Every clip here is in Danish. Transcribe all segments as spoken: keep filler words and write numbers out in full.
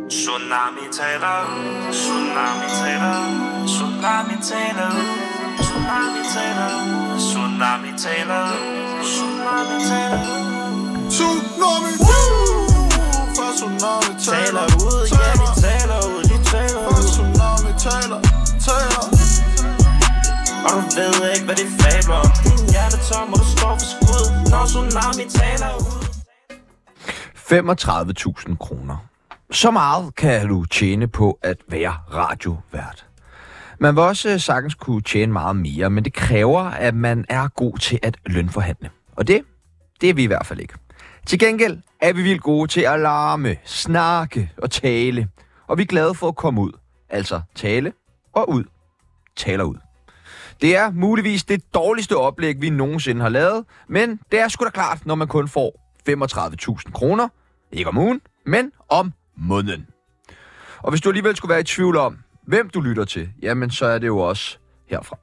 Tsunami taler, tsunami taler, tsunami taler, tsunami taler, tsunami taler, tsunami taler. Tsunami, for tsunami taler ud, ja vi taler ud, vi taler ud. For tsunami taler, taler. Og du ved ikke hvad det fabler om. Din hjerte tom og du står for skud, når tsunami taler ud. femogtredive tusind kroner. Så meget kan du tjene på at være radiovært. Man vil også sagtens kunne tjene meget mere, men det kræver, at man er god til at lønforhandle. Og det, det er vi i hvert fald ikke. Til gengæld er vi vildt gode til at larme, snakke og tale. Og vi er glade for at komme ud. Altså tale og ud. Taler ud. Det er muligvis det dårligste oplæg, vi nogensinde har lavet, men det er sgu da klart, når man kun får femogtredive tusind kroner. Ikke om ugen, men om måneden. Og hvis du alligevel skulle være i tvivl om, hvem du lytter til, jamen så er det jo også herfra.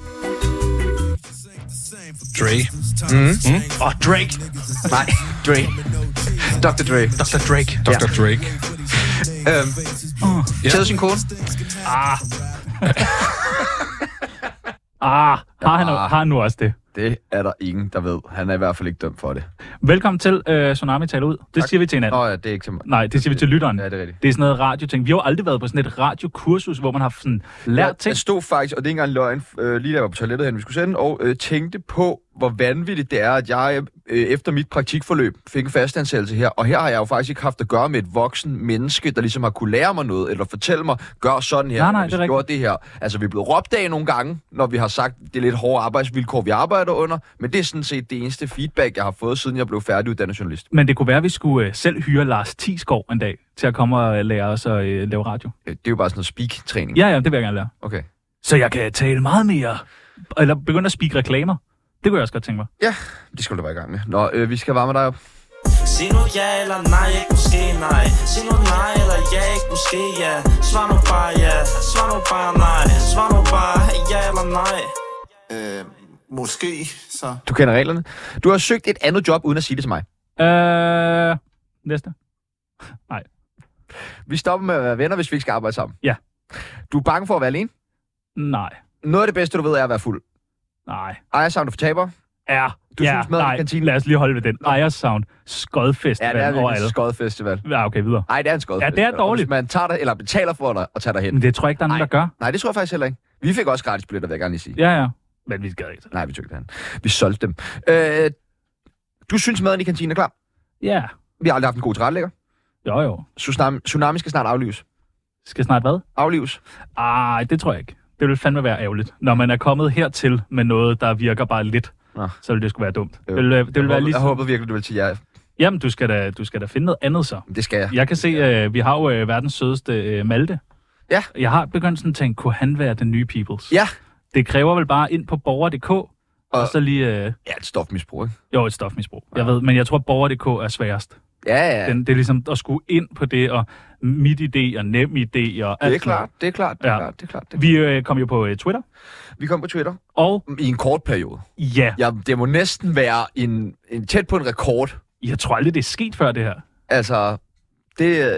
Dre. Mm. Mm? Oh, Drake. Nej, Dre. doktor Dre. doktor Drake. doktor Ja. Drake. Øhm, Uh, ja. taget sin kone? Ah. ah, har han, har han nu også det? Det er der ingen, der ved. Han er i hvert fald ikke dømt for det. Velkommen til øh, Tsunami taler ud. Det Tak. siger vi til hinanden. Nå ja, det er ikke til mig. Nej, det siger vi til lytteren. Ja, det er rigtigt. Det er sådan noget radioting. Vi har jo aldrig været på sådan et radiokursus, hvor man har sådan lært Jeg, ting. jeg stod faktisk, og det er ikke engang løgn, øh, lige da jeg var på toilettet hen, vi skulle sende, og øh, tænkte på, hvor vanvittigt det er, at jeg øh, efter mit praktikforløb fik en fastansættelse her. Og her har jeg jo faktisk ikke haft at gøre med et voksen menneske, der ligesom har kunne lære mig noget, eller fortælle mig, gør sådan her, Nej, nej, hvis det er jeg gjorde det her. Altså, vi er blevet råbt af nogle gange, når vi har sagt, det er lidt hårde arbejdsvilkår, vi arbejder under, men det er sådan set det eneste feedback, jeg har fået, siden jeg blev færdiguddannet journalist. Men det kunne være, at vi skulle øh, selv hyre Lars Thiesgaard en dag til at komme og øh, lære os at øh, lave radio. Øh, Det er jo bare sådan noget speak-træning. Ja, ja, det vil jeg gerne lære. Okay. Så jeg kan tale meget mere. Eller begynde at speak reklamer. Det kunne jeg også godt tænke mig. Ja, det skulle du være i gang med. Nå, øh, vi skal varme dig op. Sig nu ja eller nej, ikke måske nej. Sig nu nej eller ja, ikke måske ja. Svar nu bare ja, svar nu bare nej. Svar nu bare ja eller nej. Øh, måske, så. Du kender reglerne. Du har søgt et andet job, uden at sige det til mig. Øh... Næste. Nej. Vi stopper med at være venner, hvis vi ikke skal arbejde sammen. Ja. Du er bange for at være alene. Nej. Noget af det bedste, du ved, er at være fuld. Nej. Ejersound for taber. Ja. Du ja, synes, maden i nej. kantinen- Lad os lige holde ved den. Ejers Sound. Skodfestival Ja, det er over en alle. skodfestival. Ja, okay, videre. Nej, det er en skodfestival. Ja, det er dårligt. Og hvis man tager dig, eller betaler for dig og tager dig hen. Men det tror jeg ikke, der er nogen, der gør. Nej, det tror jeg faktisk heller ikke. Vi fik også gratis billetter, vil jeg gerne lige sige. Ja, ja. Men vi skal ikke. Nej, vi tog ikke det. Vi solgte dem. Øh, du synes, maden i kantinen er klar? Ja. Vi har aldrig haft en god tilrettelægger. Jo, jo. Tsunami, tsunami skal snart aflives. Skal snart hvad? Aflives. Ej, det tror jeg ikke. Det vil fandme være ærgerligt. Når man er kommet hertil med noget, der virker bare lidt, Nå. så vil det sgu være dumt. Jo. Det vil, det vil jeg, være håber, lige... jeg håber virkelig, du vil sige ja. Jamen, du skal, da, du skal da finde noget andet så. Det skal jeg. Jeg kan se, uh, vi har jo uh, verdens sødeste uh, Malte. Ja. Jeg har begyndt sådan at tænke, kunne han være den nye Peoples? Ja. Det kræver vel bare ind på borger punktum d k, og, og så lige... Uh, Ja, et stofmisbrug, ikke? jo, et stofmisbrug. Ja. Jeg ved, men jeg tror, borger punktum d k er sværest. Ja, ja. Den, det er ligesom at skulle ind på det, og MitID og NemID og alt Det er sådan klart, det er klart, det er Ja. klart, det er klart. Det er noget. Vi øh, kom jo på øh, Twitter, klart. Vi kom på Twitter og i en kort periode. ja, Ja, det må næsten være en, en tæt på en rekord. jeg tror aldrig, det er sket før det her. Altså, det...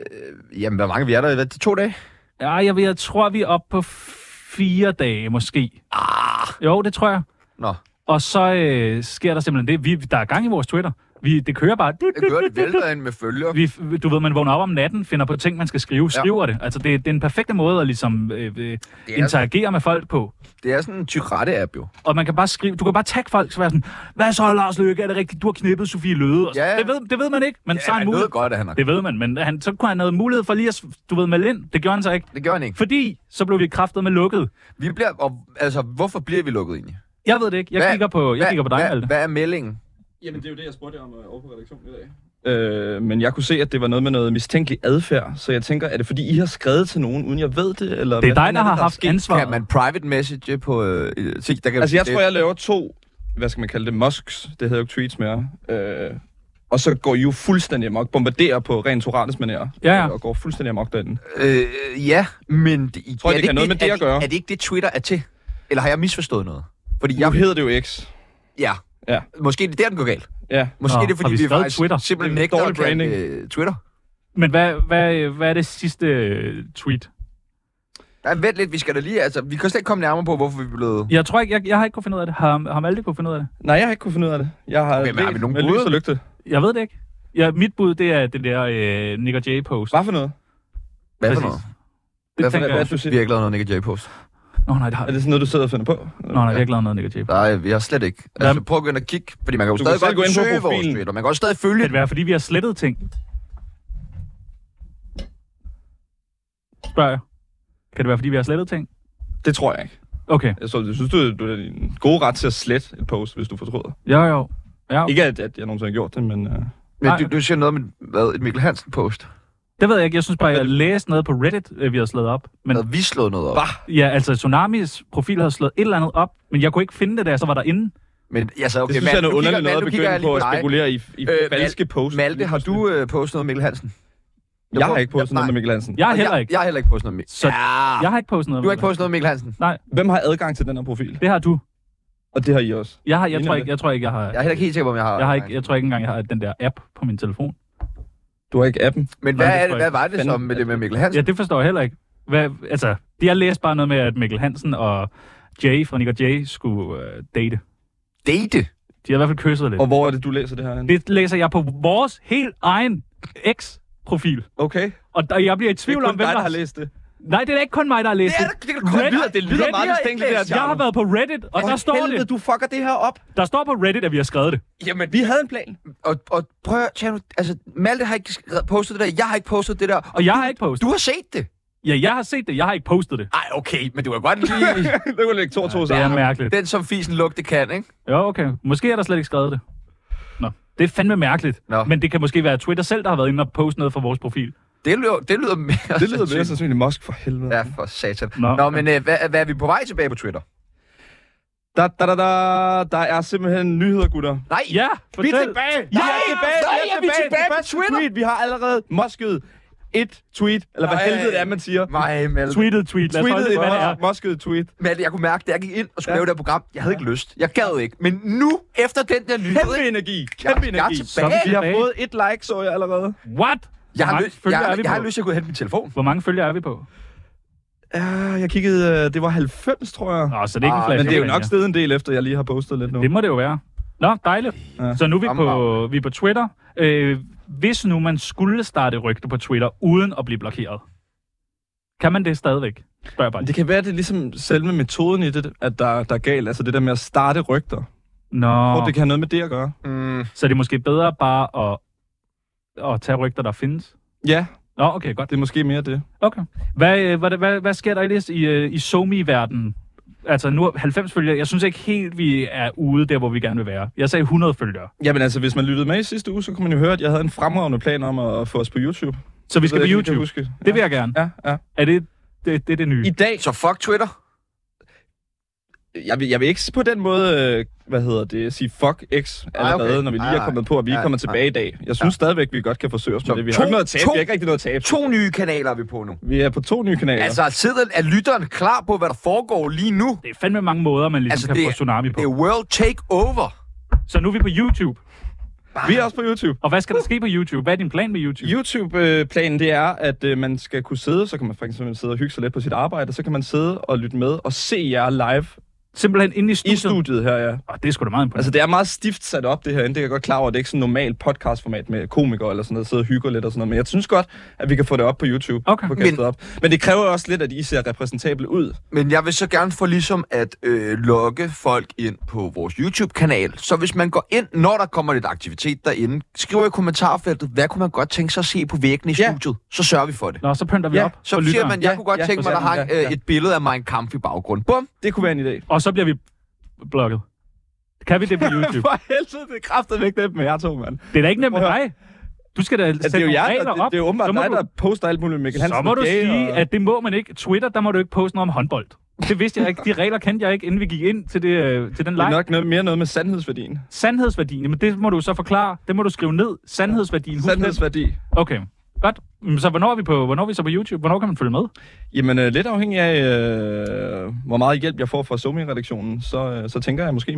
Øh, jamen, hvor mange vi er der? Hvad, to dage? Ja, jeg, ved, jeg tror, vi er oppe på fire dage måske. Ah! Jo, det tror jeg. Nå, Og så øh, sker der simpelthen det. Vi, der er gang i vores Twitter. Vi, det kører bare. det kører, det vælter ind med følger. Vi, du ved, man vågner op om natten, finder på ting, man skal skrive, Ja. skriver det. Altså, det, det er en perfekte måde at ligesom øh, øh, er interagere med folk på. Det er sådan en tyrette-app, jo. Og man kan bare skrive, du kan bare tagge folk, så være sådan, hvad så, Lars Løkke, er det rigtigt, du har knippet Sofie Løde? Og så, Ja. det, ved, det ved man ikke, men Ja, så er han han mulighed. ved godt, at han har... Det ved man, men han, så kunne han have mulighed for lige at, du ved, melde ind. Det gjorde han så ikke. Det gør han ikke. Fordi så blev vi kraftet med lukket. Vi bliver... Og, altså, hvorfor bliver vi lukket egentlig? Jeg ved det ikke. Jeg Hvad- kigger på, jeg hvad, kigger på dig, hvad, Malte. hvad er meldingen? Jamen, det er jo det, jeg spurgte jer om over på redaktionen i dag. Øh, men jeg kunne se, at det var noget med noget mistænkelig adfærd, så jeg tænker, er det fordi, I har skrevet til nogen, uden jeg ved det? Eller Det er hvad dig, der har haft Kan ansvaret. man private message på... Øh, se, der kan, Altså, jeg det, tror, jeg laver to, hvad skal man kalde det, musks, det hedder jo ikke tweets mere. Øh, og så går I jo fuldstændig amok, bombarderer på rent Torates manér, Ja, ja. og går fuldstændig amok derinde. Øh, ja, men... Det, I, Tror I, det kan have noget med det er at gøre? Er det ikke det, Twitter er til? Eller har jeg misforstået noget? Fordi Nu jeg... hedder det jo X. Ja. Ja. Måske er det der, den går galt. Ja. Måske Nå, er det, har fordi vi vi, skrevet faktisk Twitter? simpelthen Det er nægter at dårlig kalde branding. øh, Twitter. Men hvad, hvad, hvad er det sidste øh, tweet? Ja, vent lidt, vi skal da lige, altså, vi kan slet ikke komme nærmere på, hvorfor vi er blevet... Jeg tror ikke, jeg, jeg har ikke kunnet finde ud af det. Har, har Malte kunnet finde ud af det? Nej, jeg har ikke kunnet finde ud af det. Jeg har Okay, men har vi nogen med bud? lys og lygte. Jeg ved det ikke. Ja, mit bud, det er det der øh, Nick og Jay-post. Hvad for noget? Hvad for Præcis. noget? Det Hvad for tænker noget? jeg. du siger? Vi har ikke lavet noget Nick og Jay-post. Nå nej, det har Er det sådan noget, du sidder og finder på? Nå nej, jeg har ikke lavet noget Nick og Jay. Nej, vi har slet ikke. Altså, prøv at gå ind og kigge, fordi man kan jo Du stadig kan selv godt gå ind på besøge vores profilen. Twitter. Man kan også stadig følge Kan det være, fordi vi har slettet ting? Spørger jeg. Kan det være, fordi vi har slettet ting? Det tror jeg ikke. Okay. Jeg, så, jeg synes, du, du er en god ret til at slette et post, hvis du fortryder. Jo, jo. Ja, okay. Ikke at, at jeg nogensinde har gjort det, men... Uh... Men du, du siger noget med, hvad, et Mikkel Hansen-post. Det ved jeg ikke. Jeg synes bare, jeg læste noget på Reddit, øh, vi har slået op. Men Havde vi slået noget op? Bah! ja, altså Tsunamis profil havde slået et eller andet op, men jeg kunne ikke finde det, da jeg så var derinde. Men altså, okay, Det synes jeg er noget nu kigger- underligt noget at nu kigger jeg begynde lige på at dig. spekulere i, i Øh, falske posts. Malte, har du øh, postet noget med Mikkel Hansen? Jeg har ikke postet Nej. noget med Mikkel Hansen. Jeg har Og heller jeg, ikke. Jeg har heller ikke postet noget med Så ja. jeg har ikke postet noget. Du har ikke postet noget med Mikkel Hansen? Nej, Hvem har adgang til den her profil? det har du. Og det har I også. Jeg, har, jeg, Mener tror det? ikke, jeg tror ikke, jeg har... Jeg er heller ikke helt sikker på, om jeg har... Jeg, har ikke, jeg tror ikke engang, jeg har den der app på min telefon. Du har ikke appen. Men Nej, hvad, det er, tror det, jeg hvad var det Fanden, som med det med Mikkel Ja, Hansen? det forstår jeg heller ikke. Hvad, altså, jeg læste bare noget med, at Mikkel Hansen og Jay fra Nick og Jay skulle øh, date. Date? De har i hvert fald kysset lidt. Og hvor er det, du læser det her? henne? Det læser jeg på vores helt egen X-profil. Okay. Og der, jeg bliver i Det er tvivl kun om, hvem dig, der der har læst det. Nej, det er ikke kun mig, der har læst det. det kan da Reddit- lyder- det lyder Reddit- meget mistænkeligt, det her, Jeg har været på Reddit, og der står det. du fucker det her op. Der står på Reddit, at vi har skrevet det. Jamen, Vi havde en plan. og, og prøv at Tjano, altså, Malte har ikke skrevet- postet det der, jeg har ikke postet det der. Og jeg har ikke postet. Du har set det? Ja, jeg har set det. Jeg har ikke postet det. Ej, okay, men du kan godt lige... det kunne lægge to og to Det er sammen. mærkeligt. Den, som fisen lugte kan, ikke? Ja, okay. Måske er der slet ikke skrevet det. Nå, det er fandme mærkeligt. Nå. Men det kan måske være Twitter selv, der har været inde og poste noget fra vores profil. Det lyder, det lyder mere... Det lyder mere sandsynligt. sandsynligt Mosk for helvede. Ja, for satan. Nå. Nå, Nå men øh, hvad, hvad er vi på vej tilbage på Twitter? Da, da, da, da. Der er simpelthen nyheder, gutter. Nej! Ja, vi er fortæl. tilbage! Ja, Nej, er tilbage, nej, vi er er vi tilbage, tilbage Det på første Twitter? Tweet. Vi har allerede mosket et tweet, eller hvad Nej. helvede det er, man siger. Nej, Malte. Tweetet tweet. Lad os holde Tweetet det, hvad det er. et mosket tweet. Malte, jeg kunne mærke, da jeg gik ind og skulle Ja. lave det her program, jeg havde ikke lyst. Jeg gad ikke. Men nu, efter den der nyhed... Kæmpe energi. Kæmpe Jeg- jeg er energi. tilbage. Vi har Tilbage. fået et like, så jeg allerede. What? Jeg har, mange lyst, jeg, følgere jeg, er vi jeg har på? lyst til at gå og hente min telefon. Hvor mange følgere er vi på? Ja, jeg kiggede, øh, det var halvfems, tror jeg. Nå, så det er ikke en Ah, flash. Men det er jo kampagne. nok stedet en del efter, jeg lige har postet lidt nu. Det må det jo være. Nå, dejligt. Ja. Så nu er vi på, Fremragende. vi er på Twitter. Øh, hvis nu man skulle starte rygter på Twitter, uden at blive blokeret, kan man det stadigvæk? Spørger jeg bare. Det kan være, det er ligesom selve metoden i det, at der, der er galt. Altså det der med at starte rygter. Nå, Hvor det kan have noget med det at gøre. Mm. så er det måske bedre bare at, at tage rygter, der findes? Ja, Nå, okay, godt. det er måske mere det. Okay. Hvad, øh, hvad, hvad, hvad sker der ellers i, øh, i SoMe-verdenen? Altså nu er halvfems følgere. Jeg synes ikke helt, vi er ude der, hvor vi gerne vil være. Jeg sagde hundrede følgere. Jamen altså, hvis man lyttede med i sidste uge, så kunne man jo høre, at jeg havde en fremragende plan om at få os på YouTube. Så vi skal Det på ved jeg ikke, om I YouTube. kan huske. Det vil jeg gerne. Ja, ja. Er det det, det, er det nye? I dag, Så fuck Twitter. jeg vil, jeg vil ikke på den måde, øh, hvad hedder det, sige fuck X allerede, okay. når vi lige Nej, er kommet på, og vi er nej, kommet tilbage i dag. Jeg synes stadigvæk, vi godt kan forsøge os med Så det. Vi to- har ikke noget at tabe. to- Vi har ikke rigtig noget at tabe. To nye kanaler er vi på nu. Vi er på to nye kanaler. Altså, sidder, er lytteren klar på, hvad der foregår lige nu? Det er fandme mange måder, man ligesom Altså, kan det få er- Tsunami på. Det er World Takeover. Så nu er vi på YouTube. vi er også på YouTube. Og hvad skal der ske på YouTube? Hvad er din plan med YouTube? YouTube-planen, det er, at øh, man skal kunne sidde, så kan man faktisk sidde og hygge sig lidt på sit arbejde, og så kan man sidde og lytte med og se jer live Simpelthen inde i i studiet? studiet her, ja. Oh, det er sgu da meget imponerende. Altså, det er meget stift sat op, det her. Det er jeg godt klar over, det er ikke sådan et normalt podcastformat med komikere eller sådan noget, sidde og hygge lidt og sådan noget. Men jeg synes godt, at vi kan få det op på YouTube. Okay. Få kastet Men- op. Men det kræver også lidt, at I ser repræsentable ud. Men jeg vil så gerne få ligesom at øh, logge folk ind på vores YouTube-kanal. Så hvis man går ind, når der kommer lidt aktivitet derinde, skriver i kommentarfeltet, hvad kunne man godt tænke sig at se på væggene i Ja. studiet? Så sørger vi for det. Nå, så pynter vi Ja, op Så for siger lytteren. man, jeg Ja, kunne godt ja, tænke for mig, der hang satan, ja, øh, ja. et billede af Mein Kampf i baggrund. Bum! Det kunne være en idé. Og så bliver vi blokket. Kan vi det på YouTube? For helvede, det er kraftet væk det med jer to, mand. Det er da ikke nemt med Prøv at dig. Du skal da Altså, sætte det er jo nogle jer, regler der, det, op. det er jo åbenbart Så må dig, du- der poster alt muligt med Mikkel Hansen. Så må du er gay, sige, og... at det må man ikke. Twitter, der må du ikke poste noget om håndbold. Det vidste jeg ikke. De regler kendte jeg ikke, inden vi gik ind til, det, øh, til den Det er live. nok noget, mere noget med sandhedsværdien. Sandhedsværdien, men det må du så forklare. Det må du skrive ned. Sandhedsværdien. Husk det. Sandhedsværdi. Okay, godt. Mm, Så hvornår er vi på? Hvornår er vi så på YouTube? Hvornår kan man følge med? Jamen, øh, lidt afhængig af, øh, hvor meget hjælp jeg får fra SoMe-redaktionen, så, øh, så tænker jeg måske i morgen.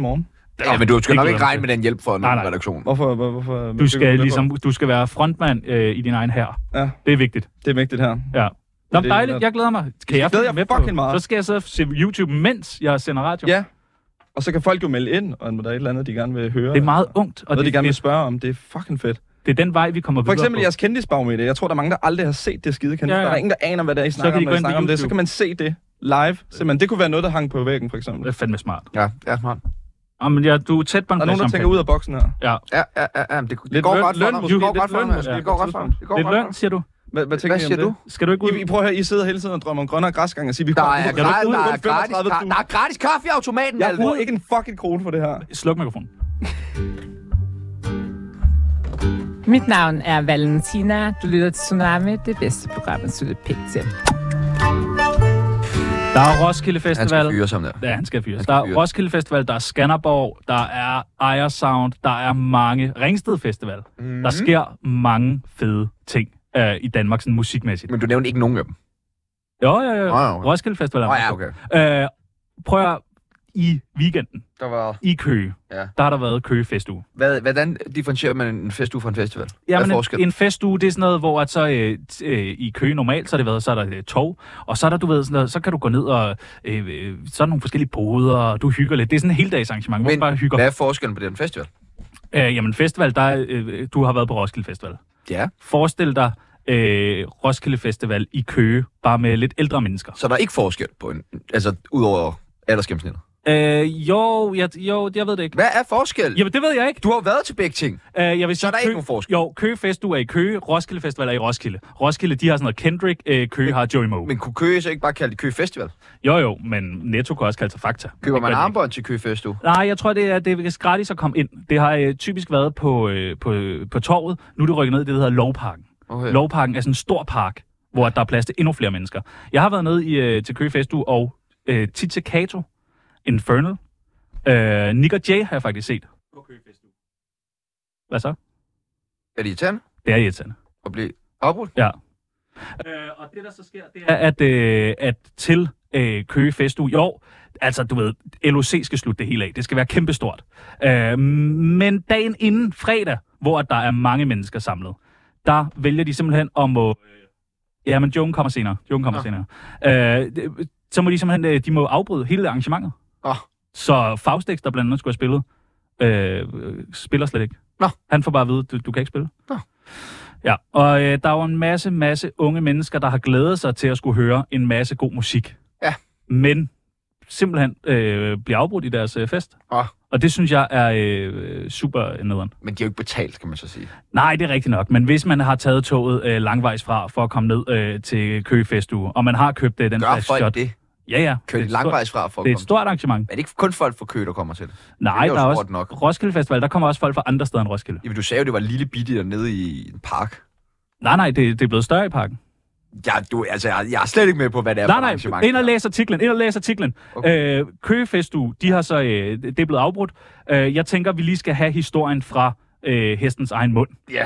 Ja, men du skal det nok glæder ikke mig regne til. med den hjælp fra Nej, nej. nogen redaktion. Hvorfor? hvor- hvorfor Du skal, ligesom, du skal være frontmand øh, i din egen hær. Ja, Det er vigtigt. det er vigtigt her. Ja. Nå, det er dejligt. lidt- Jeg glæder mig. Kan jeg glæder følge jeg med på? fucking meget. Så skal jeg sidde og se YouTube, mens jeg sender radio. Ja, og så kan folk jo melde ind, og der er et eller andet, de gerne vil høre. Det er meget ungt, og Noget, det, de gerne vil det, spørge om. Det er fucking fedt. det er den vej, vi kommer For videre eksempel på. jeres kendisbarometer. Jeg tror, der er mange, der aldrig har set det skide kendis. Ja, Ja, ja. ja. Der er ingen, der aner, hvad det er, I snakker kan de om, gå når I ind på snakker om det. Så YouTube. kan man se det live. Simpelthen. Det kunne være noget, der hang på væggen, for eksempel. Det er fandme smart. Ja, ja, smart. Oh, men ja, du er tæt på en Der er nogen, der flaske tænker ud af boksen her. Ja. Ja, ja, ja, ja. Det, det Lidt går løn- godt for løn ham. måske, Det går lidt godt for løn ham. måske Det på går et godt for ham. Det går Lidt godt for løn, ham. siger du? Hvad, hvad tænker Hvad I siger om du? det? Skal du ikke ud? I, I prøver her, I sidder hele tiden og drømmer om grønnere græsgang og siger, vi Der kommer- er, vi gratis, kommer der, ud er med gratis, femogtredive tusind. der er gratis kaffe i automaten. Jeg altså. får ikke en fucking krone for det her. Sluk mikrofonen. Mit navn er Valentina. Du lytter til Tsunami, det bedste program, at slutte pænt til. Der er Roskilde Han Festival. skal fyre som der. Ja, han skal fyres. Han skal Der er fyres. Roskilde Festival, der er Skanderborg, der er Ejer Sound, der er mange. Ringsted Festival. Mhm. Mm. Der sker mange fede ting øh, i Danmark, sådan musikmæssigt. Men du nævnte ikke nogen af dem. Jo, jo, jo. Nå, ja, okay. Roskilde Festival er Åh, meget ja, god. okay. Øh, prøv at i weekenden Der var... i Køge, Ja. der har der været Køge Festuge. Hvad, hvordan differentierer man en festuge fra en festival? Hvad er Jamen, en, forskellen? en festuge, det er sådan noget, hvor at så øh, t- øh, i Køge normalt, så, er det været, så er der et tog, og så er der, du ved, sådan noget, så kan du gå ned og øh, øh, så er der nogle forskellige boder, og du hygger lidt. Det er sådan en heldagsarrangement, hvor Men du bare hygger. hvad er forskellen på den festival? Øh, jamen, festival, der er, øh, du har været på Roskilde Festival. Ja. Forestil dig øh, Roskilde Festival i Køge, bare med lidt ældre mennesker. Så der er ikke forskel på en... Altså, udover aldersgennemsnittet. Øh, jo, jeg, jo, jeg ved det ikke. Hvad er forskellen? Jamen, det ved jeg ikke. Du har jo været til begge ting. Øh, jeg vil Så er sige, der ikke nogen forskel? Jo, Køge Festuge er i Køge, Roskilde Festival er i Roskilde. Roskilde, de har sådan noget Kendrick, øh, Køge har Joey Moe. Men kunne Køge så ikke bare kalde det Køge Festival? Jo, jo, men Netto kan også kalde sig Fakta. Køber Det man gør de armbånd til Køge Festuge? ikke. Nej, jeg tror, det er, det er gratis at komme ind. Det har øh, typisk været på, øh, på, på torvet. Nu er det rykket ned i det, der hedder Lovparken. Okay. Lovparken er sådan en stor park, hvor der er plads til endnu flere mennesker. Jeg har været nede i, øh, til Køge Festuge, og øh, Tite Kato, Infernal, øh, Nick og Jay har jeg faktisk set på Køge Festuge. Hvad så? Er det irriterende Det er irriterende. at blive afbrudt? Ja. Øh, og det, der så sker, det er, at, øh, at til øh, Køge Festuge i år, altså, du ved, L O C skal slutte det hele af. Det skal være kæmpestort. Øh, men dagen inden fredag, hvor der er mange mennesker samlet, der vælger de simpelthen om at... Ja, men Joan kommer senere. Joan kommer Nå. senere. Øh, det- så må de simpelthen øh, de må afbryde hele arrangementet. Åh. Så Faustix, der blandt andet skulle have spillet, øh, øh, spiller slet ikke. Nå. Han får bare at vide, du, du kan ikke spille. Nå. Ja, og øh, der er jo en masse, masse unge mennesker, der har glædet sig til at skulle høre en masse god musik. Ja. Men simpelthen øh, bliver afbrudt i deres øh, fest. Åh. Og det synes jeg er øh, super nederen. Men de er jo ikke betalt, kan man så sige. Nej, det er rigtigt nok. Men hvis man har taget toget øh, langvejs fra for at komme ned øh, til Køge Festuge, og man har købt øh, den Gør flaske folk shot. det? Ja, ja. Kører Det de er et stort- langvejs fra for at Det er et komme? stort arrangement. Er det ikke kun folk fra Køge, der kommer til det? Nej, det er der jo er stort også nok. Roskilde Festival. Der kommer også folk fra andre steder end Roskilde. Jamen, du sagde jo, det var lille bitte dernede i en park. Nej, nej, det, det er blevet større i parken. Ja, du, altså, jeg, jeg er slet ikke med på, hvad det er Nej, for et nej, arrangement. ind og læs artiklen, ind og læs artiklen. Okay. Øh, Køge Festuge, de har så, øh, det er blevet afbrudt. Øh, jeg tænker, vi lige skal have historien fra øh, hestens egen mund. Ja.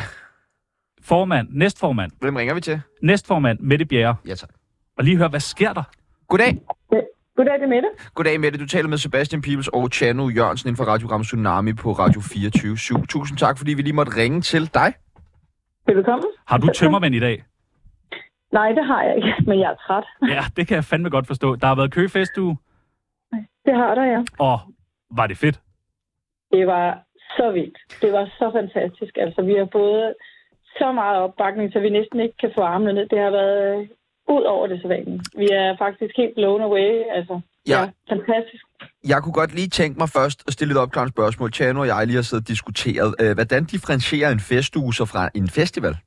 Formand, næstformand, Hvem ringer vi til? næstformand, Mette Bjerre. Ja, tak. Og lige høre, hvad sker der? Goddag. Goddag, det er Mette. Goddag, Mette. Du taler med Sebastian Pibels og Chano Jørgensen inden for radioprogrammet Tsunami på Radio fireogtyve syv. Tusind tak, fordi vi lige måtte ringe til dig. Velkommen. Har du tømmermænd i dag? Nej, det har jeg ikke, men jeg er træt. Ja, det kan jeg fandme godt forstå. Der har været Køge Festuge, Det har der, ja. og var det fedt? Det var så vildt. Det var så fantastisk. Altså, vi har fået så meget opbakning, så vi næsten ikke kan få armene ned. Det har været øh, ud over det sædvanlige. Vi er faktisk helt blown away. Altså, Ja. ja, fantastisk. Jeg kunne godt lige tænke mig først at stille et opklarende spørgsmål. Chano og jeg lige har siddet og diskuteret. Øh, hvordan differentierer en festuge så fra en festival?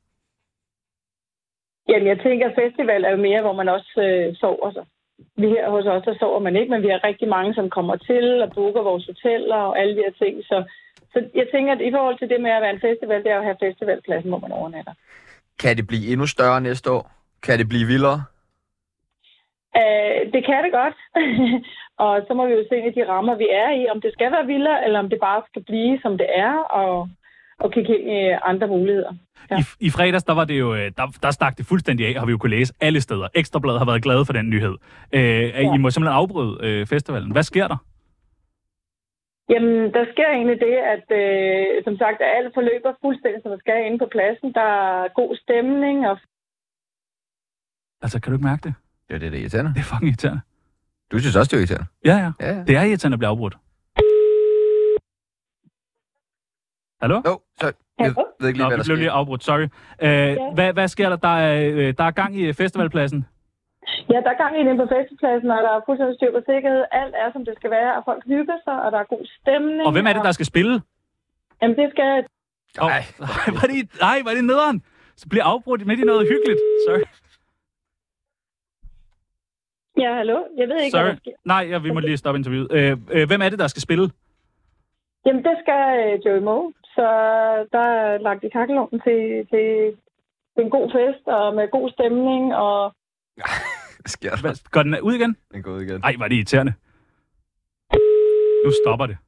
Jamen, jeg tænker, at festival er jo mere, hvor man også øh, sover sig. Vi her hos os, der sover man ikke, men vi har rigtig mange, som kommer til og booker vores hoteller og alle de her ting. Så, så jeg tænker, at i forhold til det med at være en festival, det er at have festivalpladsen, hvor man overnatter. Kan det blive endnu større næste år? Kan det blive vildere? Uh, det kan det godt. Og så må vi jo se i de rammer, vi er i, om det skal være vildere, eller om det bare skal blive, som det er, og, og kigge ind i andre muligheder. Ja. I, I fredags, der var det jo, øh, der, der stak det fuldstændig af, har vi jo kunne læse alle steder. Ekstrabladet har været glade for den nyhed. Øh, ja. I må simpelthen afbryde øh, festivalen. Hvad sker der? Jamen, der sker egentlig det, at øh, som sagt, at alt forløber fuldstændig, som der skal inde på pladsen. Der er god stemning. Og... Altså, kan du ikke mærke det? Ja, det er det irriterende. Det er fucking irriterende. Du synes også, det er irriterende? Ja, ja. Ja, ja. Det er irriterende at blive afbrudt. Hallo? Jo, så jeg ved ikke lige, Nå, hvad vi der blev lige sker. afbrudt, sorry. Øh, hvad, hvad sker der? Der er, øh, der er gang i festivalpladsen. Ja, der er gang i den på festivalpladsen, og der er fuldstændig styr på sikkerhed. Alt er, som det skal være, og folk hygger sig, og der er god stemning. Og hvem er det, der skal spille? Jamen, det skal... Nej, oh, var det, nej, var det nederen? Så bliver afbrudt midt i noget hyggeligt. Sorry. Ja, hallo? Jeg ved ikke, Sorry. hvad der sker. Nej, ja, vi må lige stoppe interviewet. Øh, øh, hvem er det, der skal spille? Jamen, det skal øh, Joey Moe. Så der er lagt i kakkelovnen til, til, til en god fest, og med god stemning, og... Hvad sker der? Hvad, går den ud igen? Den går ud igen. Nej, var det irriterende. Nu stopper det.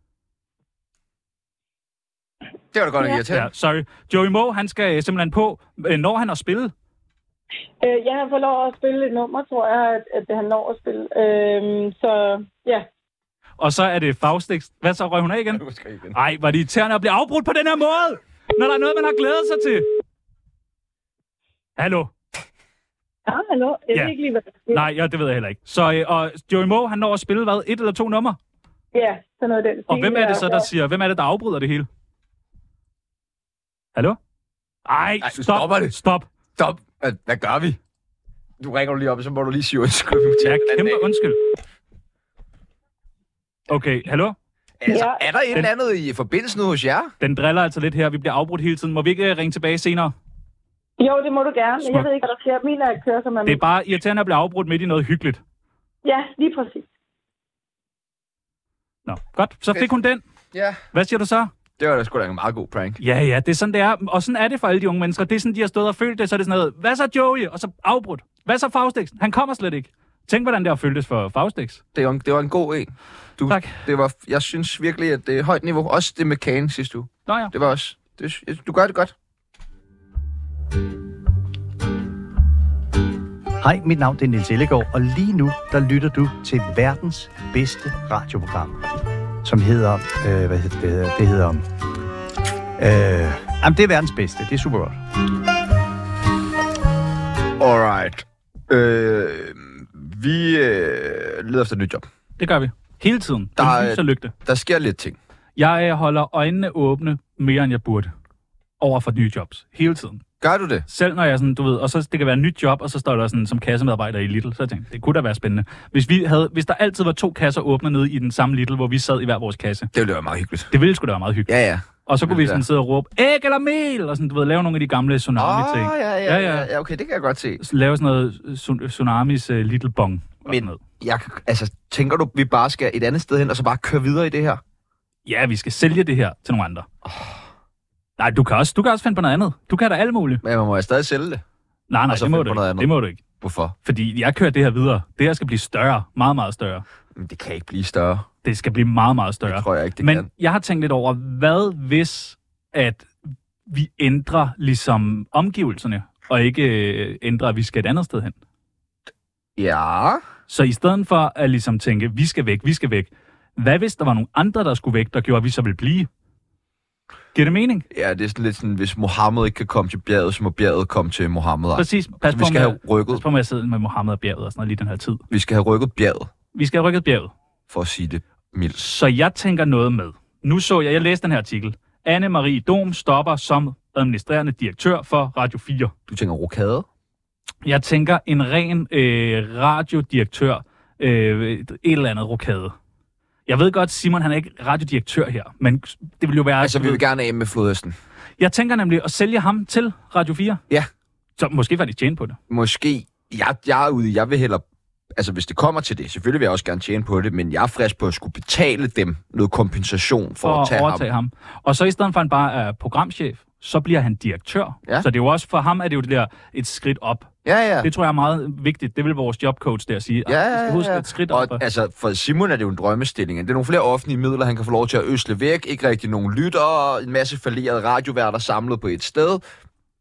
Det var da godt nok Ja. irriterende. Ja, sorry. Joey Moe, han skal simpelthen på, øh, når han har spillet. Øh, jeg har fået lov at spille et nummer, tror jeg, at, at han når at spille. Øh, så ja. Og så er det Faustix. Hvad så, røg hun af igen? Du skal igen. Ej, var det irriterende at blive afbrudt på den her måde, når der er noget, man har glædet sig til. Hallo? Ja, hallo? Jeg Ja. ved ikke lige, hvad der sker. Nej, ja, det ved jeg heller ikke. Så øh, og Joey Moe, han når at spille, hvad, et eller to numre? Ja, sådan noget af den. Og hvem er det så, der Ja. siger, hvem er det, der afbryder det hele? Hallo? Ej, Ej, du stop, stopper det. stop. Stop. Hvad, hvad gør vi? Du ringer lige op, og så må du lige sige undskyld. Ja, kæmpe undskyld. Okay, hallo? Altså, Ja. er der et eller andet i forbindelse nu hos jer? Den driller altså lidt her. Vi bliver afbrudt hele tiden. Må vi ikke ringe tilbage senere? Jo, det må du gerne, men Smuk. jeg ved ikke, hvad der sker. Min er kører, som er Det er bare irriterende at blive afbrudt midt i noget hyggeligt. Ja, lige præcis. Nå, godt. Så fik hun den. Ja. Hvad siger du så? Det var da sgu da en meget god prank. Ja, ja, det er sådan, det er. Og sådan er det for alle de unge mennesker. Det er sådan, de har stået og følt det, så er det sådan noget. Hvad så Joey? Og så afbrudt. Hvad så Faustix? Han kommer slet ikke. Tænk, hvordan det har føltes for Faustix. Det var, en, det var en god en. Du, Tak. Det var, jeg synes virkelig, at det er højt niveau. Også det med kagen sidste uge. Nå ja. Det var også... Det, du gør det godt. Hej, mit navn er Niels Ellegaard, og lige nu, der lytter du til verdens bedste radioprogram, som hedder, øh, hvad hedder det, hedder, det hedder, øh, jamen det er verdens bedste, det er super godt. Alright. Øh, vi øh, leder efter et nyt job. Det gør vi. Hele tiden. Der Der er- er så lygte. Der sker lidt ting. Jeg øh, holder øjnene åbne mere, end jeg burde. Over for nye jobs. Hele tiden. Gør du det? Selv når jeg sådan, du ved, og så det kan være et nyt job, og så står der sådan som kassemedarbejder i Lidl, så jeg tænkte, det kunne da være spændende. Hvis vi havde, hvis der altid var to kasser åbne nede i den samme Lidl, hvor vi sad i hver vores kasse, Det ville være meget hyggeligt. det ville sgu da være meget hyggeligt. Ja, ja. Og så kunne vi det sådan er. sidde og råbe, æg eller mel, og sådan, du ved, lave nogle af de gamle Åh, tsunami-ting. oh, ja, ja, Ja, ja, ja. ja. Okay, det kan jeg godt se. Lave sådan noget tsun- tsunamis uh, Little Bong. og sådan Men noget. jeg, altså, tænker du, vi bare skal et andet sted hen, og så bare køre videre i det her? Ja, vi skal sælge det her til nogle andre. Oh. Nej, du kan, også, du kan også finde på noget andet. Du kan da alt muligt. Men man må jeg stadig sælge det. Nej, nej, Og så det må, finde du på noget ikke. andet. det må du ikke. Hvorfor? Fordi jeg kører det her videre. Det her skal blive større. Meget, meget større. Men det kan ikke blive større. Det skal blive meget, meget større. Det tror jeg ikke, det Men kan. jeg har tænkt lidt over, hvad hvis, at vi ændrer ligesom omgivelserne, og ikke øh, ændrer, at vi skal et andet sted hen? Ja. Så i stedet for at ligesom tænke, vi skal væk, vi skal væk, hvad hvis der var nogle andre, der skulle væk, der gjorde, at vi så ville blive? Giver det mening? Ja, det er sådan lidt sådan, hvis Mohammed ikke kan komme til bjerget, så må bjerget komme til Mohammed. Præcis. Pas Så på, vi skal med, have rykket, pas på med at sidde med Mohammed og bjerget og sådan noget lige den her tid. vi skal have rykket bjerget, Vi skal have rykket bjerget. for at sige det mildt. Så jeg tænker noget med. Nu så jeg, jeg læste den her artikel. Anne-Marie Dom stopper som administrerende direktør for Radio fire. Du tænker rokade? Jeg tænker en ren øh, radiodirektør, øh, et eller andet rokade. Jeg ved godt, Simon han er ikke radiodirektør her, men det vil jo være... Altså, vi vil gerne af med flodhesten. Jeg tænker nemlig at sælge ham til Radio fire. Ja. Så måske faktisk tjene på det. Måske, jeg, jeg er ude, jeg vil hellere, altså hvis det kommer til det, selvfølgelig vil jeg også gerne tjene på det, men jeg er frisk på at skulle betale dem noget kompensation for, For at tage at overtage ham. ham. Og så i stedet for, at han bare er programchef, så bliver han direktør. Ja. Så det er jo også for ham, er det jo det der et skridt op. Ja, ja. Det tror jeg er meget vigtigt. Det vil vores jobcoach der sige. Ja, "Ah, vi ja, skal huske ja. et skridt op. Og altså, for Simon er det jo en drømmestilling. Det er nogle flere offentlige midler, han kan få lov til at øsle væk. Ikke rigtig nogen lyttere, en masse fallerede radioværter samlet på et sted.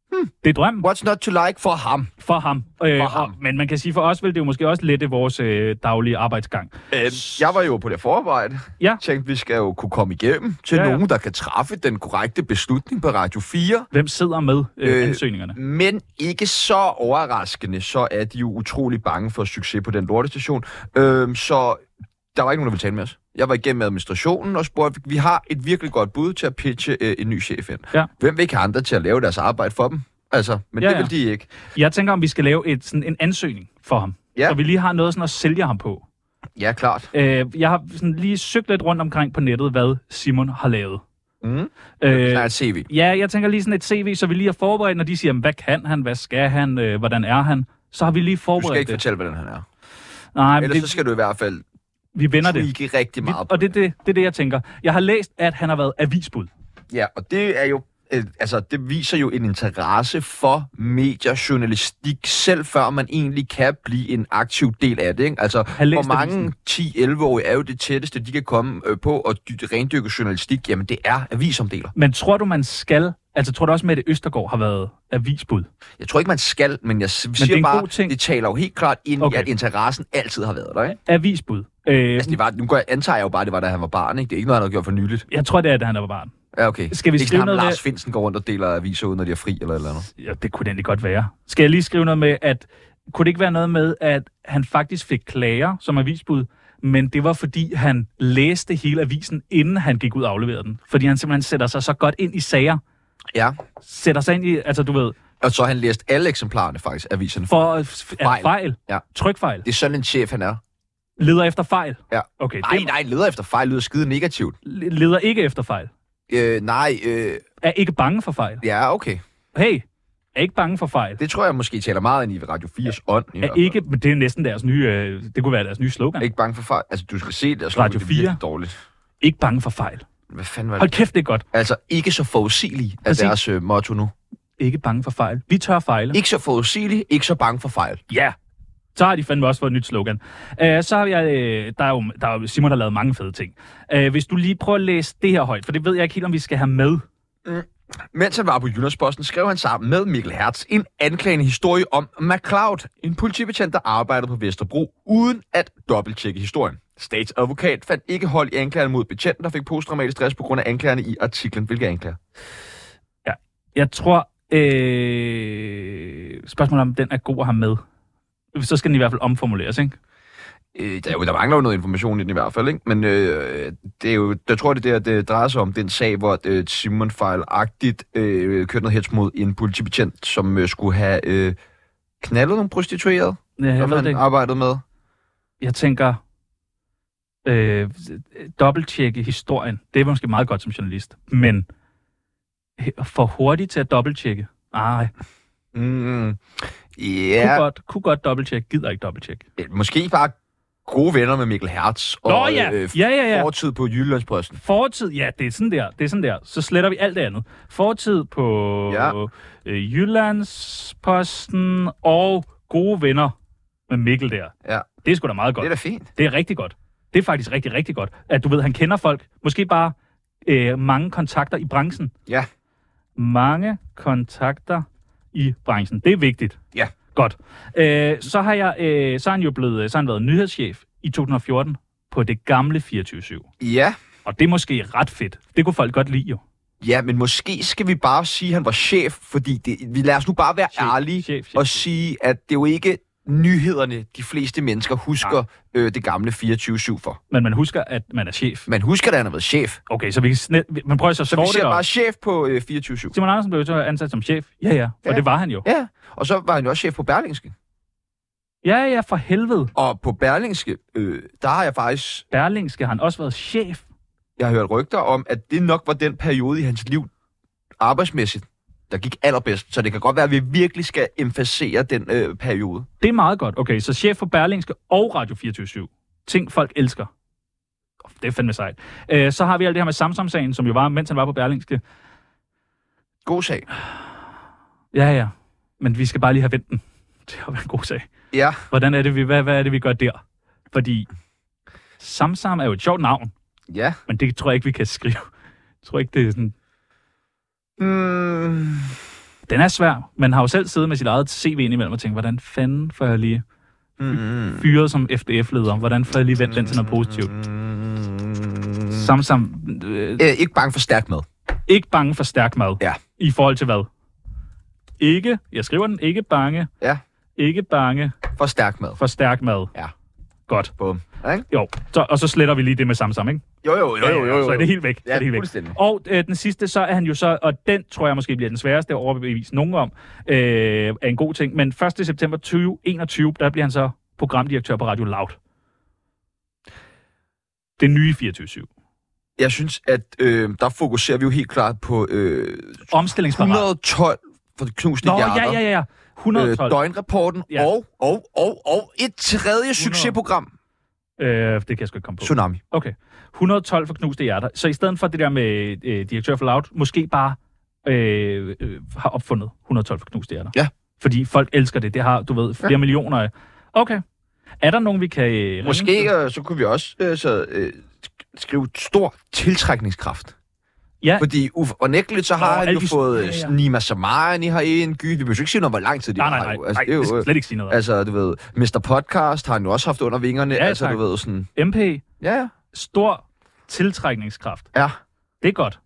Hmm. Det er drømmen. What's not to like for ham? For ham. Øh, For og, ham. men man kan sige, for os vil det jo måske også lette vores øh, daglige arbejdsgang. Øh, jeg var jo på det forarbejde. Ja. Tænkte, vi skal jo kunne komme igennem til Ja, ja. nogen, der kan træffe den korrekte beslutning på Radio fire. Hvem sidder med øh, Øh, ansøgningerne? Men ikke så overraskende, så er de jo utrolig bange for succes på den lortestation. Øh, så der var ikke nogen, der ville tale med os. Jeg var igennem administrationen og spurgte, vi har et virkelig godt bud til at pitche øh, en ny chef ind. Ja. Hvem vil ikke have andre til at lave deres arbejde for dem? Altså, men Ja, det ja. vil de ikke. Jeg tænker, om vi skal lave et, sådan en ansøgning for ham. Ja. Så vi lige har noget sådan at sælge ham på. Ja, klart. Øh, jeg har sådan lige søgt lidt rundt omkring på nettet, hvad Simon har lavet. Mm. Øh, Snart C V. ja, jeg tænker lige sådan et C V, så vi lige har forberedt, når de siger, hvad kan han, hvad skal han, øh, hvordan er han, så har vi lige Du forberedt skal ikke det. fortælle, hvordan han er. Nej, men Ellers så det, skal du i hvert fald vi vender det. tweake rigtig Vi, meget på og det, det, det er det, jeg tænker. Jeg har læst, at han har været avisbud. Ja, og det er jo, øh, altså det viser jo en interesse for mediejournalistik, selv før man egentlig kan blive en aktiv del af det, ikke? Altså, Har læst hvor mange avisen. ti elleve-årige er jo det tætteste, de kan komme øh, på at dy- rendyrke journalistik, jamen det er avisomdeler. Men tror du, man skal... Altså, tror du også, Mette Østergaard har været avisbud? Jeg tror ikke, man skal, men jeg s- det er siger en bare, god ting. det taler jo helt klart ind Okay. i, at interessen altid har været der, ikke? Avisbud. Øh, Altså, det var, nu går jeg, antager jeg jo bare, det var, da han var barn, ikke? Det er ikke noget, han har gjort for nyligt. jeg tror, det er, at han er barn. Ja, okay. Skal vi ikke skrive sådan, ham, noget Lars med- Finsen går rundt og deler aviser ud, når de er fri, eller et eller andet. Ja, det kunne det egentlig godt være. Skal jeg lige skrive noget med, at... Kunne det ikke være noget med, at han faktisk fik klager som avisbud, men det var, fordi han læste hele avisen, inden han gik ud og afleverede den? Fordi han simpelthen sætter sig så godt ind i sager. Ja, Sætter sig ind i... Altså, du ved... og så har han læst alle eksemplarerne, faktisk, aviserne. For at fejl. Fejl. fejl. Ja. Trykfejl. Det er sådan en chef, han er. Leder efter fejl. Ja. Okay, Nej, det nej, leder efter fejl lyder skide negativt. leder ikke efter fejl. Øh, nej, øh, Er ikke bange for fejl. ja, okay. Hey, er ikke bange for fejl. Det tror jeg måske taler meget ind i Radio fires ånd. I Er hvert fald. ikke, men det er næsten deres nye, øh, det kunne være deres nye slogan. Ikke bange for fejl. Altså, du skal se det, og så Radio det fire. virkelig dårligt. Ikke bange for fejl. Hvad fanden var Hold det? kæft, det er godt. Altså, ikke så forudsigelige er Præcis. deres øh, motto nu. Ikke bange for fejl. Vi tør fejle. Ikke så forudsigelige, ikke så bange for fejl. Ja. Så har de fandme også fået et nyt slogan. Uh, så har jeg, uh, der er jo, der er jo Simon, der har lavet mange fede ting. Uh, hvis du lige prøver at læse det her højt, for det ved jeg ikke helt, om vi skal have med. Mens han var på Jyllandsposten, skrev han sammen med Mikkel Hertz en anklagende historie om McCloud, en politibetjent, der arbejdede på Vesterbro, uden at dobbelttjekke historien. Statsadvokat fandt ikke hold i anklagerne mod betjenten, der fik posttraumatisk stress på grund af anklagerne i artiklen. Hvilke anklager? Ja. Jeg tror, øh, spørgsmålet om den er god at have med. Så skal den i hvert fald omformuleres, ikke? Øh, der, er jo, der mangler jo noget information i den i hvert fald, ikke? Men øh, det er jo, der tror jeg, det der det drejer sig om den sag, hvor øh, Simon fejlagtigt øh, kørte noget hets mod en politibetjent, som øh, skulle have øh, knaldet nogle prostituerede, Ja, jeg som ved han det ikke. arbejdede med. Jeg tænker, øh, dobbelttjekke historien, det er måske meget godt som journalist, men for hurtigt til at dobbelttjekke? Nej, Mm, ja. kunne godt, kunne godt dobbelttjekke, gider ikke dobbelttjekke. Måske bare gode venner med Mikkel Hertz og Nå ja, øh, ja, ja, ja. fortid på Jyllandsposten. Fortid, ja, det er sådan der, det er sådan der. Så sletter vi alt det andet. Fortid på Ja. øh, Jyllandsposten og gode venner med Mikkel der. Ja. Det er sgu da meget godt. Det er da fint. Det er rigtig godt. Det er faktisk rigtig, rigtig godt. At du ved, han kender folk. Måske bare øh, mange kontakter i branchen. Ja. Mange kontakter i branchen. Det er vigtigt. Ja. Godt. Øh, så, har jeg, øh, så har han jo blevet, så har han været nyhedschef i to tusind og fjorten på det gamle fireogtyve syv. Ja. Og det er måske ret fedt. Det kunne folk godt lide jo. Ja, men måske skal vi bare sige, at han var chef, fordi det, vi lader os nu bare være Chef, ærlige chef, chef. og sige, at det er jo ikke nyhederne, de fleste mennesker husker øh, det gamle fireogtyve syv for. Men man husker, at man er chef. Man husker, at han har været chef. Okay, så vi kan snet, man prøver så at Så vi svore det siger op. bare chef på øh, fireogtyve syv. Simon Andersen blev så ansat som chef. Ja, ja. Og Ja. det var han jo. Ja, og så var han jo også chef på Berlingske. Ja, ja, for helvede. Og på Berlingske, øh, der har jeg faktisk Berlingske har han også været chef. jeg har hørt rygter om, at det nok var den periode i hans liv, arbejdsmæssigt, der gik allerbedst. Så det kan godt være, at vi virkelig skal emfasere den øh, periode. Det er meget godt. Okay, så chef for Berlingske og Radio fireogtyve syv. Ting, folk elsker. Det er fandme sejt. Øh, så har vi alt det her med Samsam-sagen, som jo var, mens han var på Berlingske. God sag. Ja, ja. Men vi skal bare lige have vendt den. Det har været en god sag. Ja. Hvordan er det, vi, hvad, hvad er det, vi gør der? Fordi Samsam er jo et sjovt navn, Ja. men det tror jeg ikke, vi kan skrive. Jeg tror ikke, det er sådan... Mm, Den er svær. Man har jo selv siddet med sit eget C V indimellem og tænkt, hvordan fanden får jeg lige Mm. fyret som F D F-leder? Hvordan får jeg lige vendt den til noget positivt? Mm. Sam, sam, øh, Øh, ikke bange for stærk mad. ikke bange for stærk mad. Ja. I forhold til hvad? Ikke, jeg skriver den, ikke bange. Ja. Ikke bange For stærk mad. for stærk mad. Ja. Godt. Bum. Ikke? Jo, så, og så sletter vi lige det med sam, sam, ikke? Jo, jo, jo, jo, jo, jo. Så er det helt væk. Så Ja, er det helt væk. fuldstændig. Og øh, den sidste, så er han jo så, og den tror jeg måske bliver den sværeste at overbevise nogen om, øh, er en god ting. Men første september tyve enogtyve, der bliver han så programdirektør på Radio Loud. Det nye fireogtyve syv. Jeg synes, at øh, der fokuserer vi jo helt klart på øh, Omstillingsparat. et hundrede og tolv for de knusende Nå, hjerter. ja, ja, ja, ja. et hundrede og tolv. Øh, døgnrapporten Ja. og, og, og, og et tredje succesprogram. Øh, det kan jeg sgu ikke komme på. Tsunami. Okay. et hundrede og tolv for knuste hjerter. Så i stedet for det der med øh, direktør for Loud, måske bare øh, øh, har opfundet et hundrede og tolv for knuste hjerter. Ja. Fordi folk elsker det. Det har, du ved, flere ja. millioner af. Okay. Er der nogen, vi kan... Øh, Måske øh, så kunne vi også øh, så, øh, skrive stor tiltrækningskraft. Ja. Fordi unægteligt så har Nå, han alle jo de- fået ja, ja. ja, Nima Samani herinde, Gy. Vi behøver jo ikke sige noget, hvor lang tid de Nej, har. nej, nej. jo. Altså, nej, det er jo, det skal slet ikke sige noget. altså, du ved, mister Podcast har han jo også haft under vingerne. Ja, altså, tak. du ved, sådan... M P, Ja, ja. stor tiltrækningskraft. Ja. Det er godt.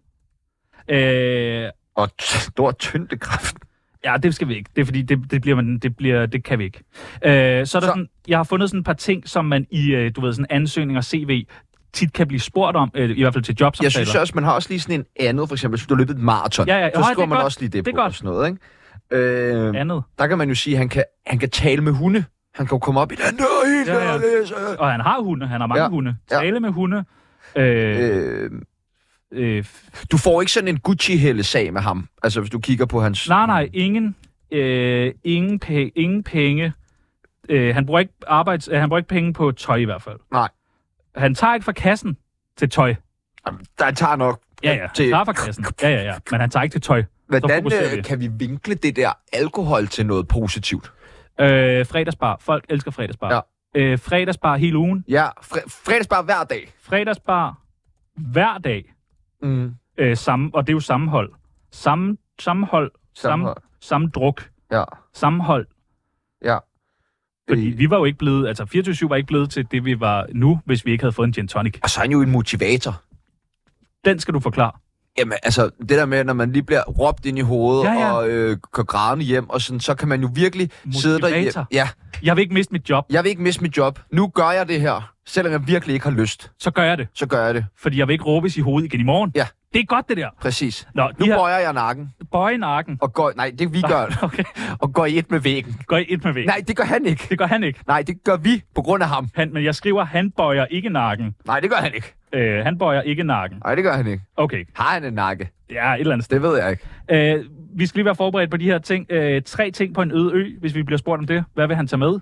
Øh, Og t- stor tyndekraft. ja, det skal vi ikke. Det er fordi, det, det, bliver man, det, bliver, det kan vi ikke. Øh, så er der Så- sådan, jeg har fundet sådan et par ting, som man i, øh, du ved, sådan ansøgninger og C V tit kan blive spurgt om, øh, i hvert fald til jobsamtaler. Jeg synes også, man har også lige sådan en andet, for eksempel, hvis du har løbet et maraton, Ja, ja. så Høj, skriver det er man godt. også lige det, Det er på godt. og sådan noget, ikke? Øh, andet. der kan man jo sige, at han kan, han kan tale med hunde. Han kan jo komme op i den der helt Ja, ja. ja, ja. læse. Og han har hunde. Han har mange Ja. hunde. Ja. Tale med hunde. Øh, Øh, øh, du får ikke sådan en Gucci-hælde-sag med ham, altså hvis du kigger på hans... nej, nej. Ingen, øh, ingen, pe- ingen penge. Øh, han, bruger ikke arbejds, øh, han bruger ikke penge på tøj i hvert fald. Nej. Han tager ikke fra kassen til tøj. Jamen, der tager nok Ja, ja. til... Han tager fra kassen. Ja, ja, ja. Men han tager ikke til tøj. Hvordan fokuserer vi. øh, kan vi vinkle det der alkohol til noget positivt? Øh, fredagsbar. Folk elsker fredagsbar. Ja. Øh, fredagsbar hele ugen. Ja, fre- fredagsbar hver dag. Fredagsbar hver dag. Mm. Øh, samme, og det er jo sammenhold. Samme, sammenhold. Samme, Sammenhold. samme druk. Ja, Sammenhold. ja. Fordi Øh, vi var jo ikke blevet, altså fireogtyve syv var ikke blevet til det, vi var nu, hvis vi ikke havde fået en gin tonic. Og så er han jo en motivator. Den skal du forklare. Jamen, altså, det der med, når man lige bliver råbt ind i hovedet, Ja, ja. og øh, går grædende hjem, og sådan, så kan man jo virkelig sidde der... Motivator. Ja, Jeg vil ikke miste mit job, jeg vil ikke miste mit job. Nu gør jeg det her. Selvom jeg virkelig ikke har lyst, så gør jeg det. så gør jeg det. Fordi jeg vil ikke råbes i hovedet igen i morgen. Ja. Det er godt, det der. Præcis. Nå, Nu de her bøjer jeg nakken, bøje nakken. og går... Nej, det vi gør, Okay. og går i et med væggen. Går I et med væg? Nej, det gør han ikke. Det gør han ikke. Nej, det gør vi på grund af ham. Han, men jeg skriver, han bøjer ikke nakken. Nej, det gør han ikke. Øh, han bøjer ikke nakken. Nej, det gør han ikke. Okay. Har han en nakke? Ja, et eller andet sted. Det ved jeg ikke. Øh, vi skal lige være forberedt på de her ting. Øh, tre ting på en øde ø, hvis vi bliver spurgt om det. Hvad vil han tage med?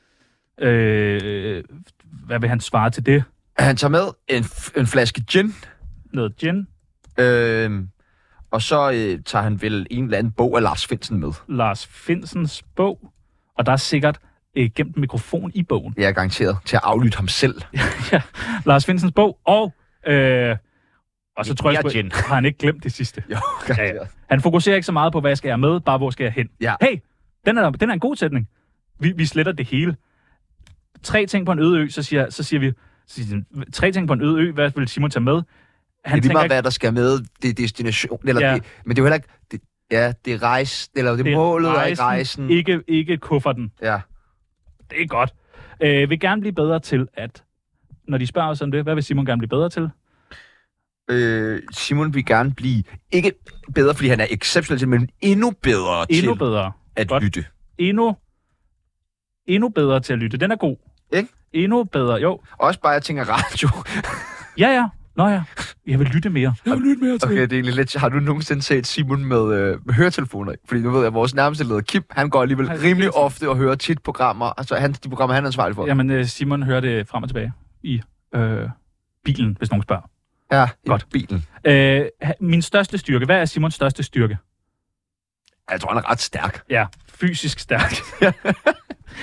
Øh, hvad vil han svare til det? Han tager med en, f- en flaske gin, Noget gin. øh, og så øh, tager han vel en eller anden bog af Lars Findsen med. Lars Findsens bog. Og der er sikkert øh, gemt en mikrofon i bogen. Jeg er garanteret til at aflytte ham selv. Ja, Lars Findsens bog. Og, øh, og så tror jeg, Mere sgu- gin. har han ikke glemt det sidste. Jo, Ja, ja. Han fokuserer ikke så meget på, hvad skal jeg med, bare hvor skal jeg hen. Ja. Hey, den er, den er en god sætning. Vi, vi sletter det hele. Tre ting på en øde ø, så siger, så siger vi, så siger, vi, tre ting på en øde ø, hvad vil Simon tage med? Han Han det er lige tænker meget, ikke, hvad der skal med. Det er destination. Eller Ja. ja. det, men det er jo heller ikke... Det, ja, det er rejse, eller det er det er målet af rejsen, rejsen. Ikke, ikke kufferten. Ja. Det er godt. Øh, vil gerne blive bedre til at, når de spørger os om det, hvad vil Simon gerne blive bedre til? Øh, Simon vil gerne blive, ikke bedre, fordi han er exceptionel til, men endnu bedre Endnu til bedre. at Godt. lytte. Endnu, endnu bedre til at lytte. Den er god. Ikke? Endnu bedre, jo. Også bare, jeg tænker radio. Ja, ja. Nå ja. Jeg vil lytte mere. Jeg vil lytte mere til. Okay, det er egentlig lidt... Har du nogensinde set Simon med, øh, med høretelefoner? Fordi nu ved jeg, at vores nærmeste leder, Kim, han går alligevel Han- rimelig ofte og hører tit programmer. Altså, han, de programmer, han er ansvarlig for. Jamen, øh, Simon hører det frem og tilbage i øh, bilen, hvis nogen spørger. Ja, Godt. i bilen. Øh, ha- min største styrke. Hvad er Simons største styrke? Jeg tror, han er ret stærk. Ja, fysisk stærk.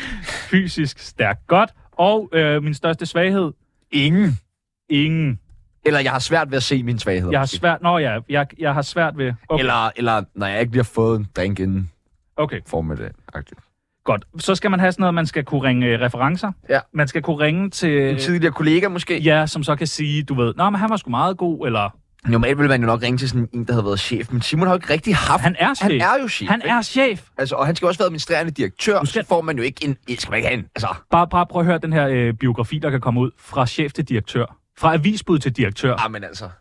fysisk stærk. Godt. Og øh, min største svaghed? Ingen. Ingen. Eller jeg har svært ved at se mine svagheder. Jeg har måske. svært... Nå ja, jeg, jeg har svært ved... Okay. Eller, eller når jeg ikke lige har fået en drink inden Okay, formiddag. Aktivt. godt. Så skal man have sådan noget, man skal kunne ringe øh, referencer. Ja. Man skal kunne ringe til... En tidligere kollega måske. Ja, som så kan sige, du ved, nå, men han var sgu meget god, eller... Normalt ville man jo nok ringe til sådan en, der havde været chef, men Simon har jo ikke rigtig haft... Han er chef. Han er jo chef. Han ikke? er chef. Altså, og han skal også være administrerende direktør, skal- så får man jo ikke en... Skal man ikke have en... Altså, Bare, bare prøv at høre den her øh, biografi, der kan komme ud. Fra chef til direktør. Fra avisbud til direktør. ah, men altså...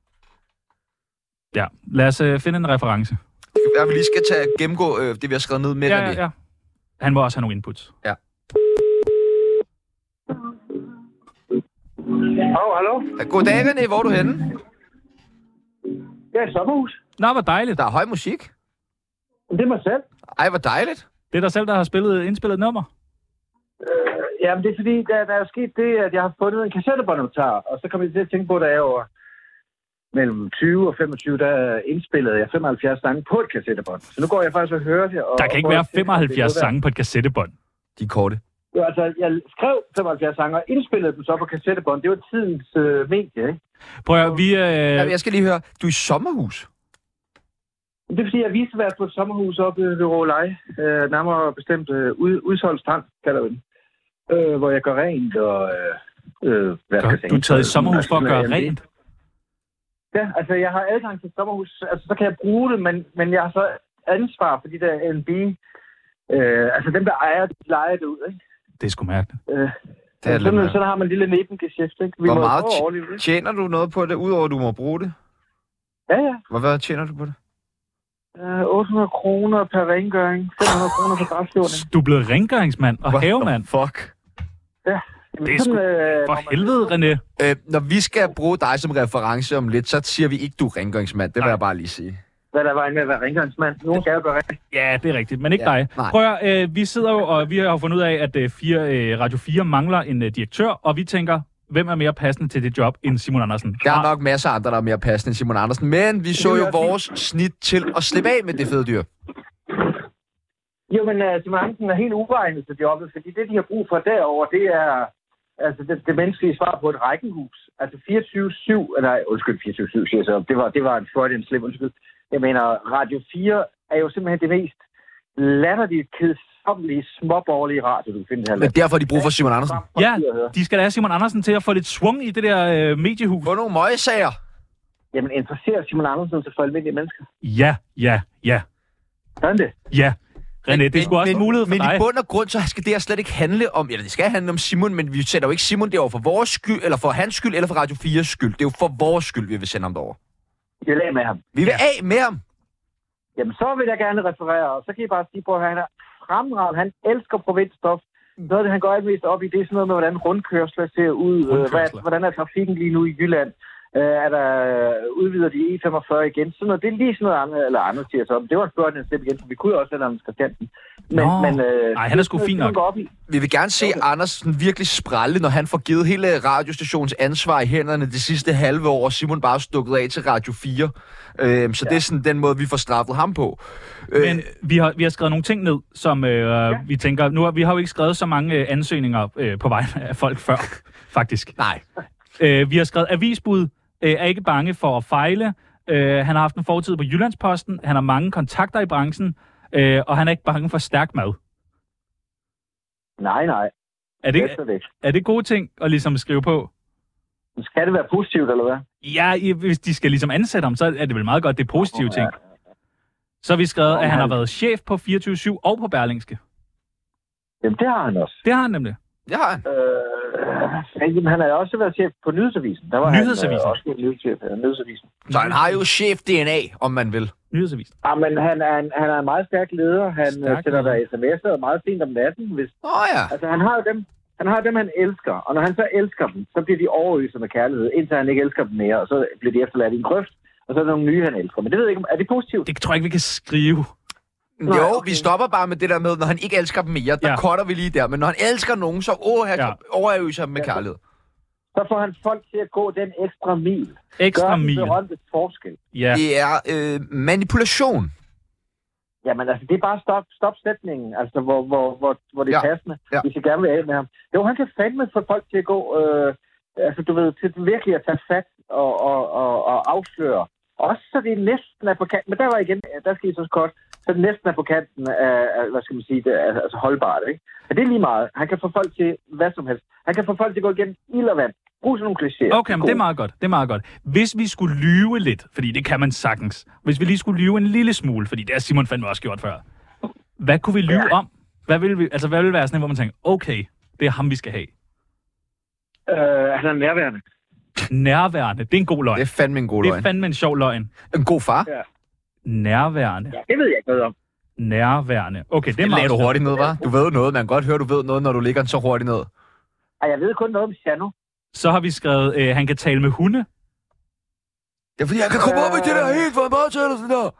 Ja, lad os øh, finde en reference. Det kan være, at vi lige skal tage, gennemgå øh, det, vi har skrevet ned med. Ja, ja, ja. Han må også have nogle inputs. Ja. Hallo, hallo. Goddag, René. Hvor er du henne? Jeg er i sommerhus. Nå, hvor dejligt. Der er høj musik. Det er mig selv. Ej, hvor dejligt. Det er dig selv, der har spillet, indspillet et nummer. Øh, jamen, det er fordi, der, der er sket det, at jeg har fundet en kassettebåndoptager, og så kom jeg til at tænke på, da jeg var mellem tyve og femogtyve, der indspillede jeg femoghalvfjerds sange på et kassettebånd. Så nu går jeg faktisk og hører det. Og, Der kan ikke og være det, femoghalvfjerds det er sange på et kassettebånd. De er korte. Jo, altså, jeg skrev femoghalvfjerds sange og indspillede dem så på kassettebånd. Det var tidens øh, medie, ikke? Prøv at høre, vi... Ja, Øh... jeg skal lige høre, du er i sommerhus? Det er fordi, jeg viste været på et sommerhus oppe ved Råleje. Øh, nærmere bestemt øh, ud, udsolgt strand, kalder vi den. Øh, hvor jeg gør rent og... Øh, øh, hvad skal jeg sige? Du er taget i sommerhus for at gøre rent? Ja, altså jeg har adgang til et sommerhus, altså så kan jeg bruge det, men, men jeg har så ansvar for de der L B. Øh, altså dem, der ejer, de lejer det ud, ikke? Det er sgu mærkeligt. Øh, Det er sådan, lidt mærkeligt. sådan har man en lille nebengeschæft, ikke? Vi Hvor må meget prøve at tj- overleve det. tjener du noget på det, udover at du må bruge det? Ja, ja. Hvad, hvad tjener du på det? Øh, otte hundrede kroner per rengøring, fem hundrede kroner per græsslåning. Du er blevet rengøringsmand og havemand. Fuck. Ja. Det er sgu... øh, For helvede, René. Øh, når vi skal bruge dig som reference om lidt, så siger vi ikke, du er rengøringsmand. Det vil Nej. jeg bare lige sige. Hvad der var med at være rengøringsmand. Nogen skal jo gøre rent. Ja, det er rigtigt, men ikke Ja, dig. nej. Prøv at, høre, øh, vi sidder jo, og vi har jo fundet ud af, at øh, fire, øh, Radio fire mangler en øh, direktør, og vi tænker, hvem er mere passende til det job end Simon Andersen? Der er nok masser af andre, der er mere passende end Simon Andersen, men vi så vil jo jeg vores snit til at slippe af med det fede dyr. Jo, men uh, Simon Andersen er helt uegnet til jobbet, fordi det, de har brug for derover, det er altså det, det menneskelige svar på et rækkenhus. Altså fireogtyve syv, eller undskyld, fireogtyve syv, siger jeg så. Det var, det var en Freudian slip, undskyld. Jeg mener, Radio fire er jo simpelthen det mest latterligt kedsommelige, småborgerlige radio, du kan finde det her. Men derfor har de brug for Simon Andersen. Ja, de skal da have Simon Andersen til at få lidt svung i det der øh, mediehus. Få nogle møgsager. Jamen, interesserer Simon Andersen sig for almindelige mennesker? Ja, ja, ja, Sådan det. ja. René, det er sgu også en mulighed for men dig. Men i bund og grund, så skal det her slet ikke handle om, eller det skal handle om Simon, men vi sætter jo ikke Simon derover for vores skyld, eller for hans skyld, eller for Radio fires skyld. Det er jo for vores skyld, vi vil sende ham derover. Jeg lader med ham. Vi vil ja. af med ham. Jamen, så vil jeg gerne referere, og så kan I bare sige på, at han er fremragende. Han elsker provinsstof. Noget af det, han går alt mest op i, det er sådan noget med, hvordan rundkørsler ser ud. Rundkørsler. Hvordan er trafikken lige nu i Jylland? Uh, er der udvider de E femogfyrre igen? Sådan noget. Det er lige sådan noget andet, eller andet siger så. Det var en spørgsmål step igen, så vi kunne jo også sætte ham Skristiansen. Men, Nå. men, uh, Ej, han er sgu fin nok. Op i. Vi vil gerne se Anders sådan virkelig sprælle, når han får givet hele radiostationens ansvar i hænderne det sidste halve år, og Simon bare stukket af til Radio fire. Øhm, så ja. Det er sådan den måde, vi får straffet ham på. Men vi har, vi har skrevet nogle ting ned, som øh, ja. vi tænker... Nu har, vi har jo ikke skrevet så mange øh, ansøgninger øh, på vejen af folk før, faktisk. Nej. Øh, vi har skrevet avisbud, øh, er ikke bange for at fejle. Øh, han har haft en fortid på Jyllandsposten. Han har mange kontakter i branchen. Øh, og han er ikke bange for stærk mad. Nej, nej. Er det, det. er det gode ting at ligesom skrive på? Skal det være positivt, eller hvad? Ja, i, hvis de skal ligesom ansætte ham, så er det vel meget godt, det er positive ting. Så har vi skrevet, at han har været chef på fireogtyve syv og på Berlingske. Jamen, det har han også. Det har han nemlig. Det har han. Øh, jamen, han har også været chef på Nyhedsavisen. Der var Nyhedsavisen? Han, øh, også nyhedschef af Nyhedsavisen. Så han har jo chef-D N A, om man vil. Nyhedsavisen. Ja, men han er en, han er en meget stærk leder. Han Stærk sætter der leder. sms'er meget sent om natten. Hvis, Åh oh, ja. altså, han har jo dem, han har dem, han elsker. Og når han så elsker dem, så bliver de overøset med kærlighed, indtil han ikke elsker dem mere. Og så bliver de efterladt i en grøft. Og så er der nogle nye, han elsker. Men det ved jeg ikke, er det positivt? Det tror jeg ikke, vi kan skrive. Nej, jo, okay. Vi stopper bare med det der med, når han ikke elsker dem mere, der Ja. cutter vi lige der. Men når han elsker nogen, så åh, han Ja. ja. overøser ham med kærlighed. Så får han folk til at gå den ekstra mil. Ekstra Gør den mil. berømte forskel. Ja. Det er øh, manipulation. Jamen altså, det er bare stop, stop sætningen, altså hvor, hvor, hvor, hvor det er Ja. passende, Ja. hvis jeg gerne vil af med ham. Jo, han kan fandme få folk til at gå, øh, altså du ved, til virkelig at tage fat og, og, og, og afsløre. Også så det næsten er på kanten, men der var igen, der skal I så kort, så det næsten er på kanten af, af hvad skal man sige, det er altså holdbart, ikke? Men det er lige meget. Han kan få folk til hvad som helst. Han kan få folk til at gå igennem ild og vand. Brug sådan nogle klichéer. Okay, men det er meget godt. Det er meget godt. Hvis vi skulle lyve lidt, fordi det kan man sagtens. Hvis vi lige skulle lyve en lille smule, fordi det har Simon fandme også gjort før. Hvad kunne vi lyve ja. om? Hvad ville vi, altså hvad ville være sådan, hvor man tænker, okay, det er ham, vi skal have? Øh, han er nærværende. Nærværende. Det er en god løgn. Det er fandme en god løgn. Det er fandme en sjov løgn. En god far? Ja. Nærværende. Ja, det ved jeg ikke noget om. Nærværende. Okay, det er det meget... du hurtigt ned, hva'? Du ved noget. Man kan godt høre, du ved noget, når du ligger så hurtigt ned. Ej, jeg ved kun noget om Shano. Så har vi skrevet, øh, han kan tale med hunde. Det er fordi, jeg kan komme øh... op i det der helt for en bartæller, sådan der.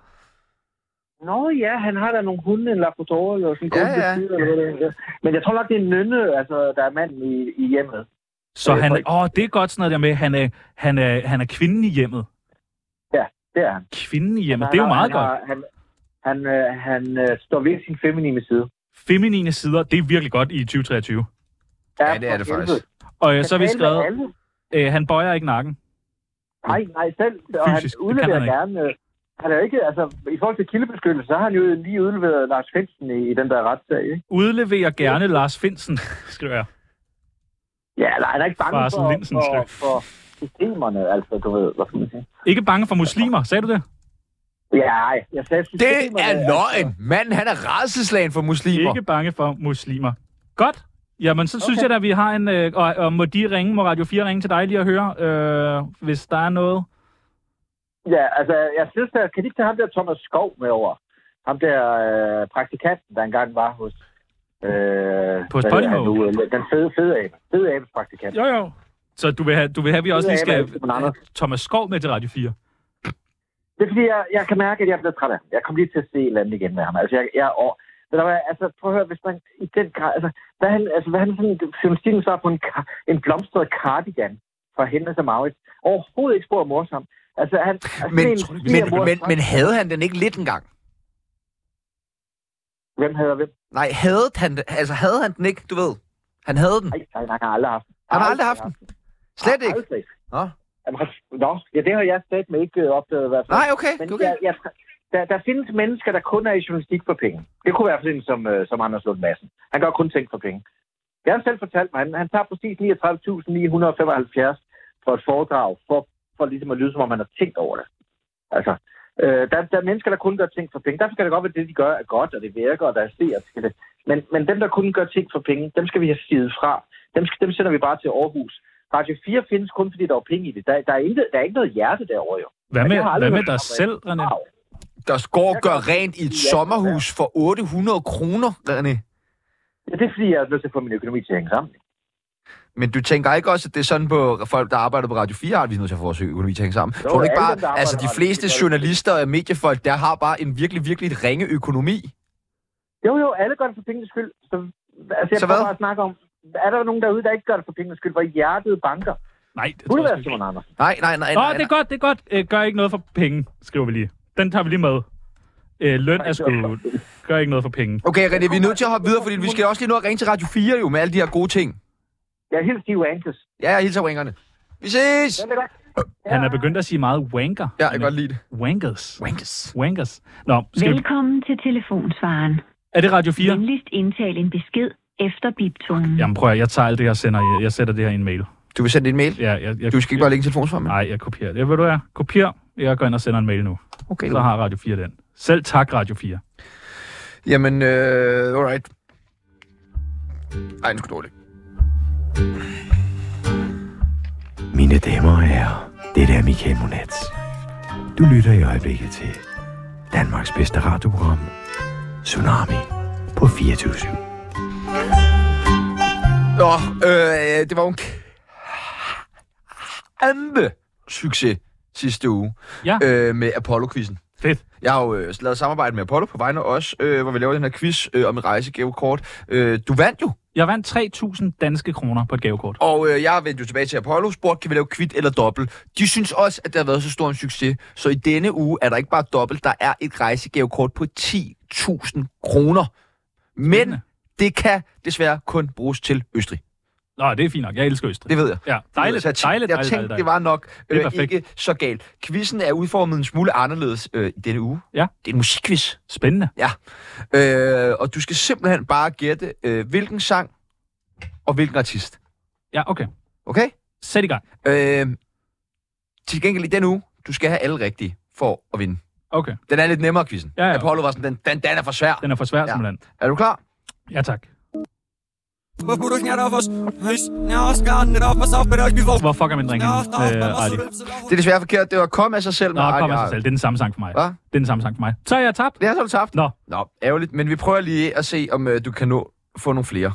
Nå ja, han har da nogle hunde, en labrador eller sådan ja, ja. Side, eller hvad det er. Men jeg tror nok, det er en nynne, altså, der er manden i, i hjemmet. Så han er, åh, det er godt sådan noget der med, han er, han er, han er kvinden i hjemmet. Ja, det er han. Kvinden i hjemmet, det er jo meget han godt. Har, han han, øh, han øh, står ved sin feminine side. Feminine sider, det er virkelig godt i tyve treogtyve. Ja, ja det er det faktisk. Og øh, så har vi skrevet, øh, han bøjer ikke nakken. Nej, nej, selv. Og fysisk, han udleverer han gerne... Øh, han er jo ikke, altså, i forhold til kildebeskyttelse, så har han jo lige udleveret Lars Findsen i, i den der retssag, ikke? Udleverer gerne Lars Findsen, skriver jeg. Ja, eller han er ikke bange Farsen for, Lindsen, for, for systemerne, altså, du ved, hvad skal man sige. Ikke bange for muslimer, sagde du det? Ja, jeg sagde systemerne. Det er løgn! Altså. Manden, han er rædselslagen for muslimer. Ikke bange for muslimer. Godt. Jamen, så okay. synes jeg da, at vi har en... Øh, og, og må de ringe, må Radio fire ringe til dig lige at høre, øh, hvis der er noget... Ja, altså, jeg synes, at kan de ikke tage ham der Thomas Skov med over? Ham der øh, praktikanten, der engang var hos... Øh, på Spotify? Den fede, fede abe. Fede abes praktikant. Jo, jo. Så du vil have, du vil have at vi også lige skal have Thomas Skov med til Radio fire? Det er fordi, jeg, jeg kan mærke, at jeg er blevet træt af ham. Jeg kommer lige til at se et eller andet igen med ham. Altså, jeg, jeg og, men der var, altså, prøv at høre, hvis man i den grad... Altså, hvad han, altså, hvad han sådan... Journalistikken så på en, en blomstret cardigan fra Hennes og Maurits. Overhovedet ikke spor morsom. Altså, han, altså, men, en, men, men, men, men havde han den ikke lidt engang? Hvem havde hvem? Nej, havde han den, altså havde han den ikke, du ved? Han havde den. Nej, nej, han har aldrig haft den. Han har aldrig haft den? Slet ikke? Aldrig. Nå. Nå, ja, det har jeg slet med ikke opdaget i hvert fald. Nej, okay. Men okay. Jeg, jeg, der, der findes mennesker, der kun er i journalistik for penge. Det kunne være for sådan som, uh, som Anders Lund Madsen. Han gør kun ting for penge. Jeg har selv fortalt mig, han, han tager præcis niogtredive tusind ni hundrede femoghalvfjerds for et foredrag, for, for ligesom at lyde, som om man har tænkt over det. Altså, øh, der, der er mennesker, der kun gør ting for penge. Derfor kan det godt være, at det, de gør, er godt, og det virker, og der er seer til det. Men, men dem, der kun gør ting for penge, dem skal vi have sidet fra. Dem, skal, dem sender vi bare til Aarhus. Radio fire findes kun, fordi der er penge i det. Der, der, er, ikke, der er ikke noget hjerte derovre, jo. Hvad med, hvad med dig selv, René? Der går og gør rent i et sommerhus for otte hundrede kroner, René. Ja, det er fordi, jeg er nødt til at få min økonomi til at hænge sammen. Men du tænker ikke også, at det er sådan på folk, der arbejder på Radio fire, at vi er nødt til at få vores økonomi til at hænge sammen? Jo, tror du ikke bare, dem, altså de fleste journalister og mediefolk, der har bare en virkelig, virkelig ringe økonomi? Jo, jo, alle gør det for pengenes skyld. Så, altså, jeg så prøver bare at snakke om, er der nogen derude, der ikke gør det for pengenes skyld, hvor hjertet banker? Nej, det tror jeg ikke. Nej, nej, nej, nej. Åh, oh, det er godt, det er godt. Øh, gør ikke noget for penge, skriver vi lige. Den tager vi lige med. Øh, løn er sgu... Gør ikke noget for penge. Okay, René, vi er nødt til at hoppe videre, fordi vi skal også lige nå at ringe til Radio fire jo, med alle de her gode ting. Jeg hilser de wankers. Ja, jeg hilser wankerne. Vi ses! Ja, det er godt. Han er begyndt at sige meget wanker. Ja, jeg kan godt lide det. Wankers. Wankers. Wankers. Nå, velkommen vi... til telefonsvaren. Er det Radio fire? Venligst indtale en besked efter biptonen. Jamen prøv at, jeg tager alt det, jeg sender. Jeg sætter det her i en mail. Du vil sende en mail? Ja, jeg, jeg du skal ikke bare lægge telefonsvar med? Nej, jeg kopierer det. Ved du hvad? Kopier. Jeg går ind og sender en mail nu. Okay. Så har Radio fire den. Selv tak, Radio fire. Jamen, øh, alright. Ej, den skulle dårligt. Mine damer og herrer, det er Michael Monats. Du lytter i øjeblikket til Danmarks bedste radioprogram, Tsunami på fireogtyve syv. Nå, øh, det var en kæmpe succes sidste uge ja. øh, med Apollo-quizzen. Fedt. Jeg har jo øh, lavet samarbejde med Apollo på vegne af os, øh, hvor vi laver den her quiz øh, om et rejsegavekort. Øh, du vandt jo. Jeg vandt tre tusind danske kroner på et gavekort. Og øh, jeg vendte jo tilbage til Apollo, spurgte, kan vi lave kvit eller dobbelt? De synes også, at det har været så stor en succes. Så i denne uge er der ikke bare dobbelt, der er et rejsegavekort på ti tusind kroner. Men det kan desværre kun bruges til Østrig. Nå, det er fint nok. Jeg elsker Østrig. Det ved jeg. Ja, dejligt, Så jeg tænkte, dejligt, jeg dejligt, tænkte dejligt. det var nok Det er øh, perfekt. ikke så galt. Quizzen er udformet en smule anderledes øh, i denne uge. Ja. Det er en musikquiz. Spændende. Ja. Øh, og du skal simpelthen bare gætte, øh, hvilken sang og hvilken artist. Ja, okay. Okay? Sæt i gang. Øh, til gengæld i denne uge, du skal have alle rigtige for at vinde. Okay. Den er lidt nemmere, quizzen. Ja, ja. Apollo var sådan, den, den, den er for svær. Den er for svær, ja. Simpelthen. Er du klar? Ja, tak. Hvor fuck er min drink henne, øh, Adi? Det er desværre forkert. Det var Kom af sig selv. Nå, Kom af sig selv. Det er den samme sang for mig. Hvad? Det er den samme sang for mig. Så er jeg tabt. Det er så du tabt. Nå. Nå, ærgerligt. Men vi prøver lige at se, om øh, du kan nå få nogle flere.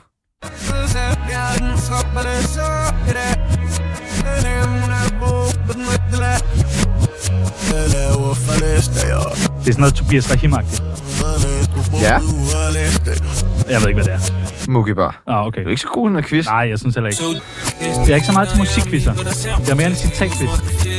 Det er sådan noget Tobias Rahim-agtigt. Ja. Jeg ved ikke, hvad det er. Mugibar. Ah, okay. Du er ikke så god i den her quiz. Nej, jeg synes heller ikke. Jeg er ikke så meget til musikquizzer. Jeg er mere en citatquiz.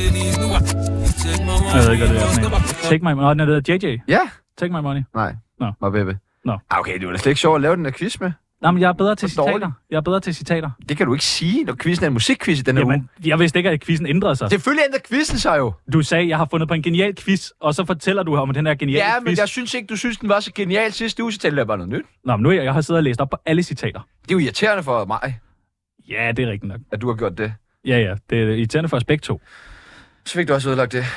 Jeg ved ikke, hvad det er for en. Take my money. Nå, den hedder J J. Ja. Take my money. Nej. Nå. My baby. Nå. Ah, okay, det var da slet ikke sjovt at lave den her quiz med. Nej, men jeg er bedre til Hvor dårligt. citater. Jeg er bedre til citater. Det kan du ikke sige, når quizzen er en musikquiz i den her uge. Jamen, jeg vidste ikke, at quizzen ændrede sig. Selvfølgelig ændrer quizzen sig jo. Du sagde, at jeg har fundet på en genial quiz, og så fortæller du om den her geniale Ja, quiz. men jeg synes ikke, du synes, den var så genial sidste uge, så taler jeg bare noget nyt. Nå, men nu er jeg, jeg har siddet og læst op på alle citater. Det er jo irriterende for mig, Ja, det er rigtigt nok. at du har gjort det. Ja, ja, det er irriterende for os begge to. Så fik du også ødelagt det.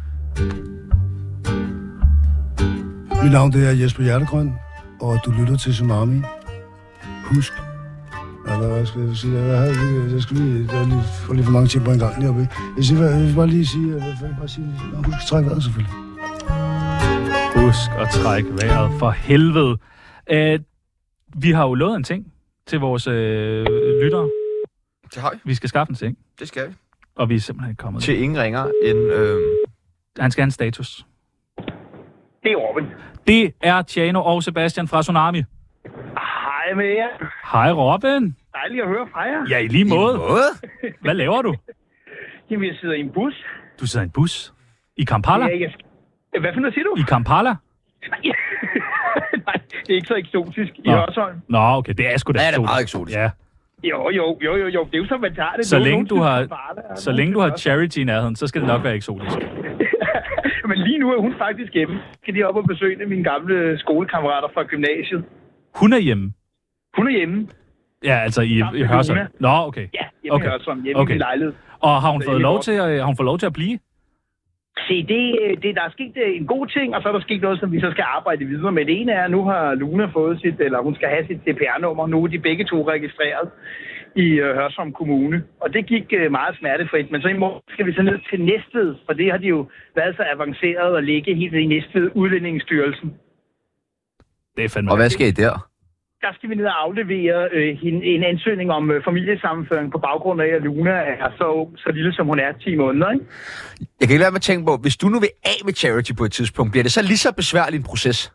Mit navn det er Jesper Hjertegrøn, og du lytter til Tsunami. Husk. Ja, hvad skal jeg sige? Jeg, havde lige, jeg skal lige, jeg lige få lige for mange ting på en gang lige oppe. Jeg, siger, jeg vil bare lige sige, jeg vil bare sige, husk at trække vejret selvfølgelig. Husk at trække vejret for helvede. Uh, vi har jo lovet en ting til vores uh, lyttere. Det har vi. Vi skal skaffe en ting. Det skal vi. Og vi er simpelthen ikke kommet. Til ingen ringer end... Øh... Han skal have en status. Det er Robin. Det er Tjano og Sebastian fra Tsunami. Hej med jer. Hej Robin. Dejligt at høre fra jer. Ja, i lige måde. I måde? Hvad laver du? Jamen, jeg sidder i en bus. Du sidder i en bus? I Kampala? Ja, jeg... Hvad for noget siger du? I Kampala? Nej, det er ikke så eksotisk i Nå. Hørsholm. Nå, okay, det er sgu da Ja, det er eksotisk. meget eksotisk. Ja. Jo, jo, jo, jo, jo. Det er jo som man tager det. Så Nogen- længe nogen du synes, har, det er farligt, og så nogen længe du synes har også- charity i nærheden, så skal det nok være eksotisk. Men lige nu er hun faktisk hjemme. Skal de op og besøge mine gamle skolekammerater fra gymnasiet? Hun er hjemme? Hun er hjemme. Ja, altså i, Sammen i med Hørsholm. Luna. Nå, okay. Ja, hjemme Okay. i Hørsholm. Hjemme Okay. i min lejlighed. Og har hun Så fået inde i lov Horten. til at, har hun fået lov til at blive? Se, det, det, der er sket en god ting, og så er der sket noget, som vi så skal arbejde videre med. Det ene er, at nu har Luna fået sit, eller hun skal have sit C P R-nummer. Nu er de begge to registreret i uh, Hørsholm Kommune. Og det gik uh, meget smertefrit. Men så i morgen skal vi så ned til Næstved, for det har de jo været så avanceret at ligge helt i Næstved Udlændingsstyrelsen. Det er fandme. Og hvad sker I der? Der skal vi ned og aflevere øh, en, en ansøgning om øh, familiesammenføring på baggrund af, at Luna er så, så lille, som hun er, ti måneder. Ikke? Jeg kan ikke lade mig tænke på, hvis du nu vil af med charity på et tidspunkt, bliver det så lige så besværlig en proces?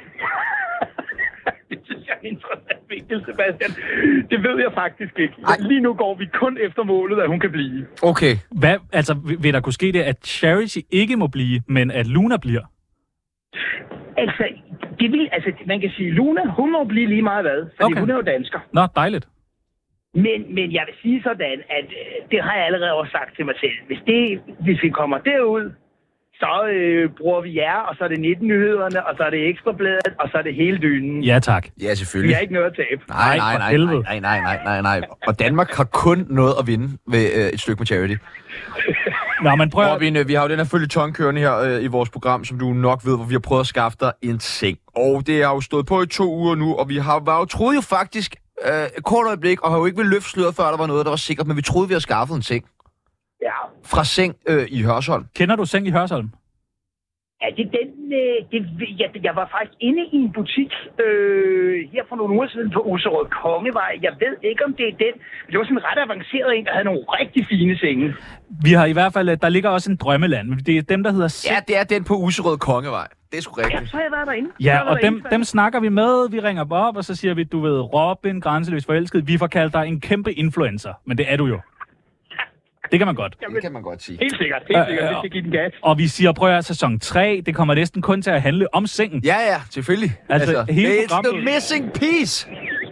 Det synes jeg er interessant vigtigt, Sebastian. Det ved jeg faktisk ikke. Ej. Lige nu går vi kun efter målet, at hun kan blive. Okay. Hvad, altså, vil vil der kunne ske det, at charity ikke må blive, men at Luna bliver? Altså, det vil, altså, man kan sige, Luna, hun må blive lige meget hvad, fordi Okay. hun er jo dansker. Nå, dejligt. Men, men jeg vil sige sådan, at øh, det har jeg allerede også sagt til mig selv. Hvis, det, hvis vi kommer derud, så øh, bruger vi jer, og så er det nitten-nyhederne, og så er det Ekstrabladet, og så er det hele dynen. Ja, tak. Ja, Vi selvfølgelig. har ikke noget at tabe. Nej, nej, for nej, helvede. nej, nej, nej, nej, nej. Og Danmark har kun noget at vinde ved øh, et stykke med charity. Nå, men prøv at... Robin, øh, vi har jo den her følgetong kørende her øh, i vores program, som du nok ved, hvor vi har prøvet at skaffe dig en seng. Og det har jo stået på i to uger nu, og vi har var jo, troede jo faktisk øh, et kort øjeblik, og har jo ikke ville løfte sløret, før der var noget, der var sikkert, men vi troede, vi havde skaffet en seng. Ja. Fra seng øh, i Hørsholm. Kender du seng i Hørsholm? Ja, det er den, øh, det, jeg, jeg var faktisk inde i en butik øh, her for nogle uger siden på Usserød Kongevej. Jeg ved ikke, om det er den. Men det var sådan en ret avanceret en, der havde nogle rigtig fine senge. Vi har i hvert fald... Der ligger også en drømmeland, men det er dem, der hedder seng. Ja, det er den på Usserød Kongevej. Det er sgu Ja, rigtigt. så har jeg været derinde. Så har Ja, jeg og været dem, derinde. dem snakker vi med. Vi ringer op, og så siger vi, du ved, Robin, grænseløs forelsket. Vi får kaldt dig en kæmpe influencer, men det er du jo. Det kan man godt. Det kan man godt sige. Helt sikkert, helt sikkert. Øh, Det skal give den gas. Og vi siger, prøv at sæson tre, det kommer næsten kun til at handle om sengen. Ja, ja, selvfølgelig. Altså, hele it's programmet- the missing piece.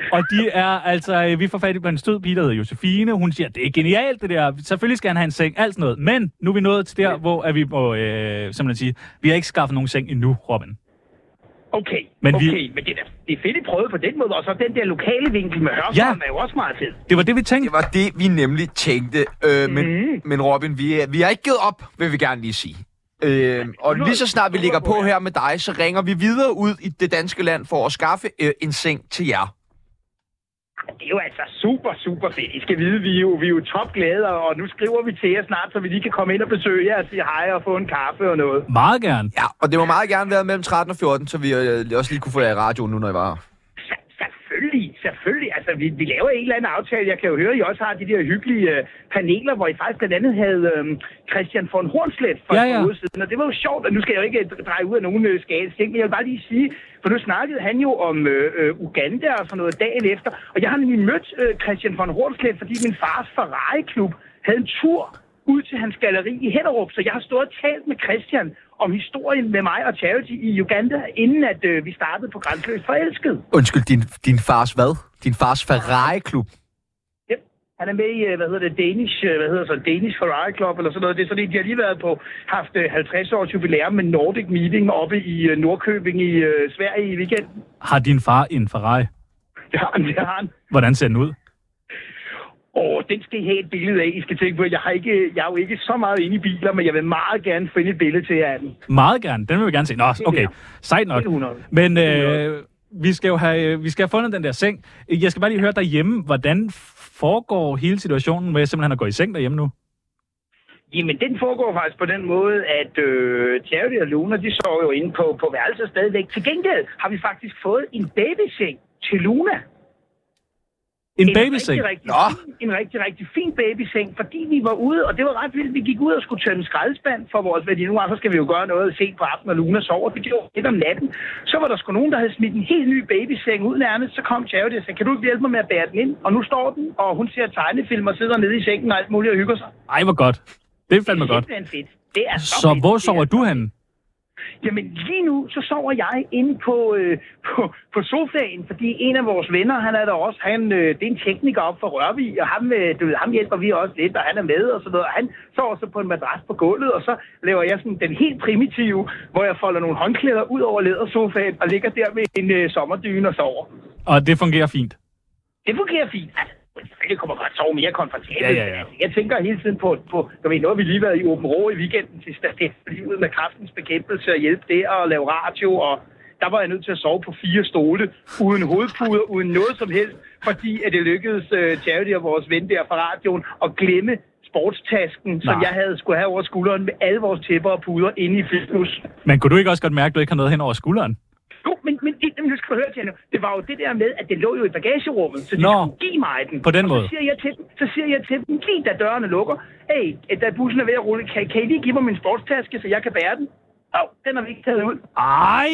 Og de er altså, vi får fat i en stød pige, der hedder Josefine. Hun siger, det er genialt det der. Selvfølgelig skal han have en seng, alt sådan noget. Men nu er vi nået til der, hvor at vi må øh, simpelthen sige, vi har ikke skaffet nogen seng endnu, Robin. Okay, men okay, vi... men det er, det er fedt, I prøvede på den måde, og så den der lokale vinkel med Hørsholm ja. er jo også meget fed. Det var det, vi tænkte. Det var det, vi nemlig tænkte. Øh, men, mm. men Robin, vi, vi har ikke givet op, vil vi gerne lige sige. Øh, og lige så snart vi ligger på her med dig, så ringer vi videre ud i det danske land for at skaffe øh, en seng til jer. Det er jo altså super, super fedt. I skal vide, vi er jo, vi er jo topglade, og nu skriver vi til jer snart, så vi lige kan komme ind og besøge jer og sige hej og få en kaffe og noget. Meget gerne. Ja, og det må meget gerne være mellem tretten og fjorten, så vi øh, også lige kunne få jer i radioen nu, når I var her. Selvfølgelig, selvfølgelig. Altså, vi, vi laver en eller anden aftale. Jeg kan jo høre, at I også har de der hyggelige øh, paneler, hvor I faktisk blandt andet havde øh, Christian von Hornslet for ja, et ja. par uger siden. Og det var jo sjovt, og nu skal jeg jo ikke dreje ud af nogen øh, skade ting, men jeg vil bare lige sige, for nu snakkede han jo om øh, øh, Uganda og sådan noget dagen efter. Og jeg har nemlig mødt øh, Christian von Hornslet, fordi min fars Ferrari-klub havde en tur ud til hans galleri i Hellerup. Så jeg har stået og talt med Christian om historien med mig og Charity i Uganda, inden at øh, vi startede på Grænseløst Forelsket. Undskyld, din, din fars hvad? Din fars Ferrari-klub? Ja, han er med i, hvad hedder det, Danish, hvad hedder så, Danish Ferrari Club, eller sådan noget. Det er sådan, de har lige været på, haft halvtreds års jubilæum med Nordic Meeting oppe i Nordkøbing i uh, Sverige i weekenden. Har din far en Ferrari? Det har han, det har han. Hvordan ser den ud? Åh, den skal I have et billede af. I skal tænke på, jeg, har ikke, jeg er jo ikke så meget inde i biler, men jeg vil meget gerne finde et billede til jer af den. Meget gerne. Den vil vi gerne se. Nå, okay. Sejt nok. Men øh, vi skal jo have, vi skal have fundet den der seng. Jeg skal bare lige høre derhjemme, hvordan foregår hele situationen med simpelthen at gå i seng derhjemme nu? Jamen, den foregår faktisk på den måde, at øh, Charity og Luna, de sover jo inde på, på værelset stadigvæk. Til gengæld har vi faktisk fået en babyseng til Luna. En, en babyseng? Rigtig, rigtig fin, en rigtig, rigtig fin babyseng, fordi vi var ude, og det var ret vildt. Vi gik ud og skulle tømme skraldespand for vores værdi. Nu så skal vi jo gøre noget sent på aftenen, og Luna sover. Det gjorde lidt om natten. Så var der sgu nogen, der havde smidt en helt ny babyseng ud nærmest. Så kom Charity og sagde, kan du ikke hjælpe mig med at bære den ind? Og nu står den, og hun ser tegnefilm og sidder nede i sengen og alt muligt og hygger sig. Ej, hvor godt. Det er fandme godt. Det er fedt. Det er så, så fedt. hvor sover du henne? Jamen lige nu, så sover jeg inde på, øh, på, på sofaen, fordi en af vores venner, han er der også, han, øh, det er en tekniker op for Rørvig, og ham, øh, du ved, ham hjælper vi også lidt, og han er med og sådan noget, og han sover så på en madras på gulvet, og så laver jeg sådan den helt primitive, hvor jeg folder nogle håndklæder ud over lædersofaen, og ligger der med en øh, sommerdyne og sover. Og det fungerer fint? Det fungerer fint. Det kommer bare at sove mere komfortabelt. Ja, ja, ja. Jeg tænker hele tiden på, på jeg ved, nu har vi lige været i Åben Rå i weekenden til livet med kræftens bekæmpelse og hjælpe der og lave radio, og der var jeg nødt til at sove på fire stole, uden hovedpuder, uden noget som helst, fordi at det lykkedes uh, Charity og vores ven der fra radioen at glemme sportstasken, Nej. som jeg havde skulle have over skulderen med alle vores tæpper og puder inde i fitness. Men kunne du ikke også godt mærke, at du ikke har noget hen over skulderen? Jo, men, men det, nu skal du høre til hende. Det var jo det der med, at det lå jo i bagagerummet, så de Nå, skulle give mig den. På den og måde. Så siger jeg til dem, så siger jeg til dem, lige da dørene lukker, hey, da bussen er ved at rulle, kan, kan I lige give mig min sportstaske, så jeg kan bære den? Åh, oh, den har vi ikke taget ud. Ej!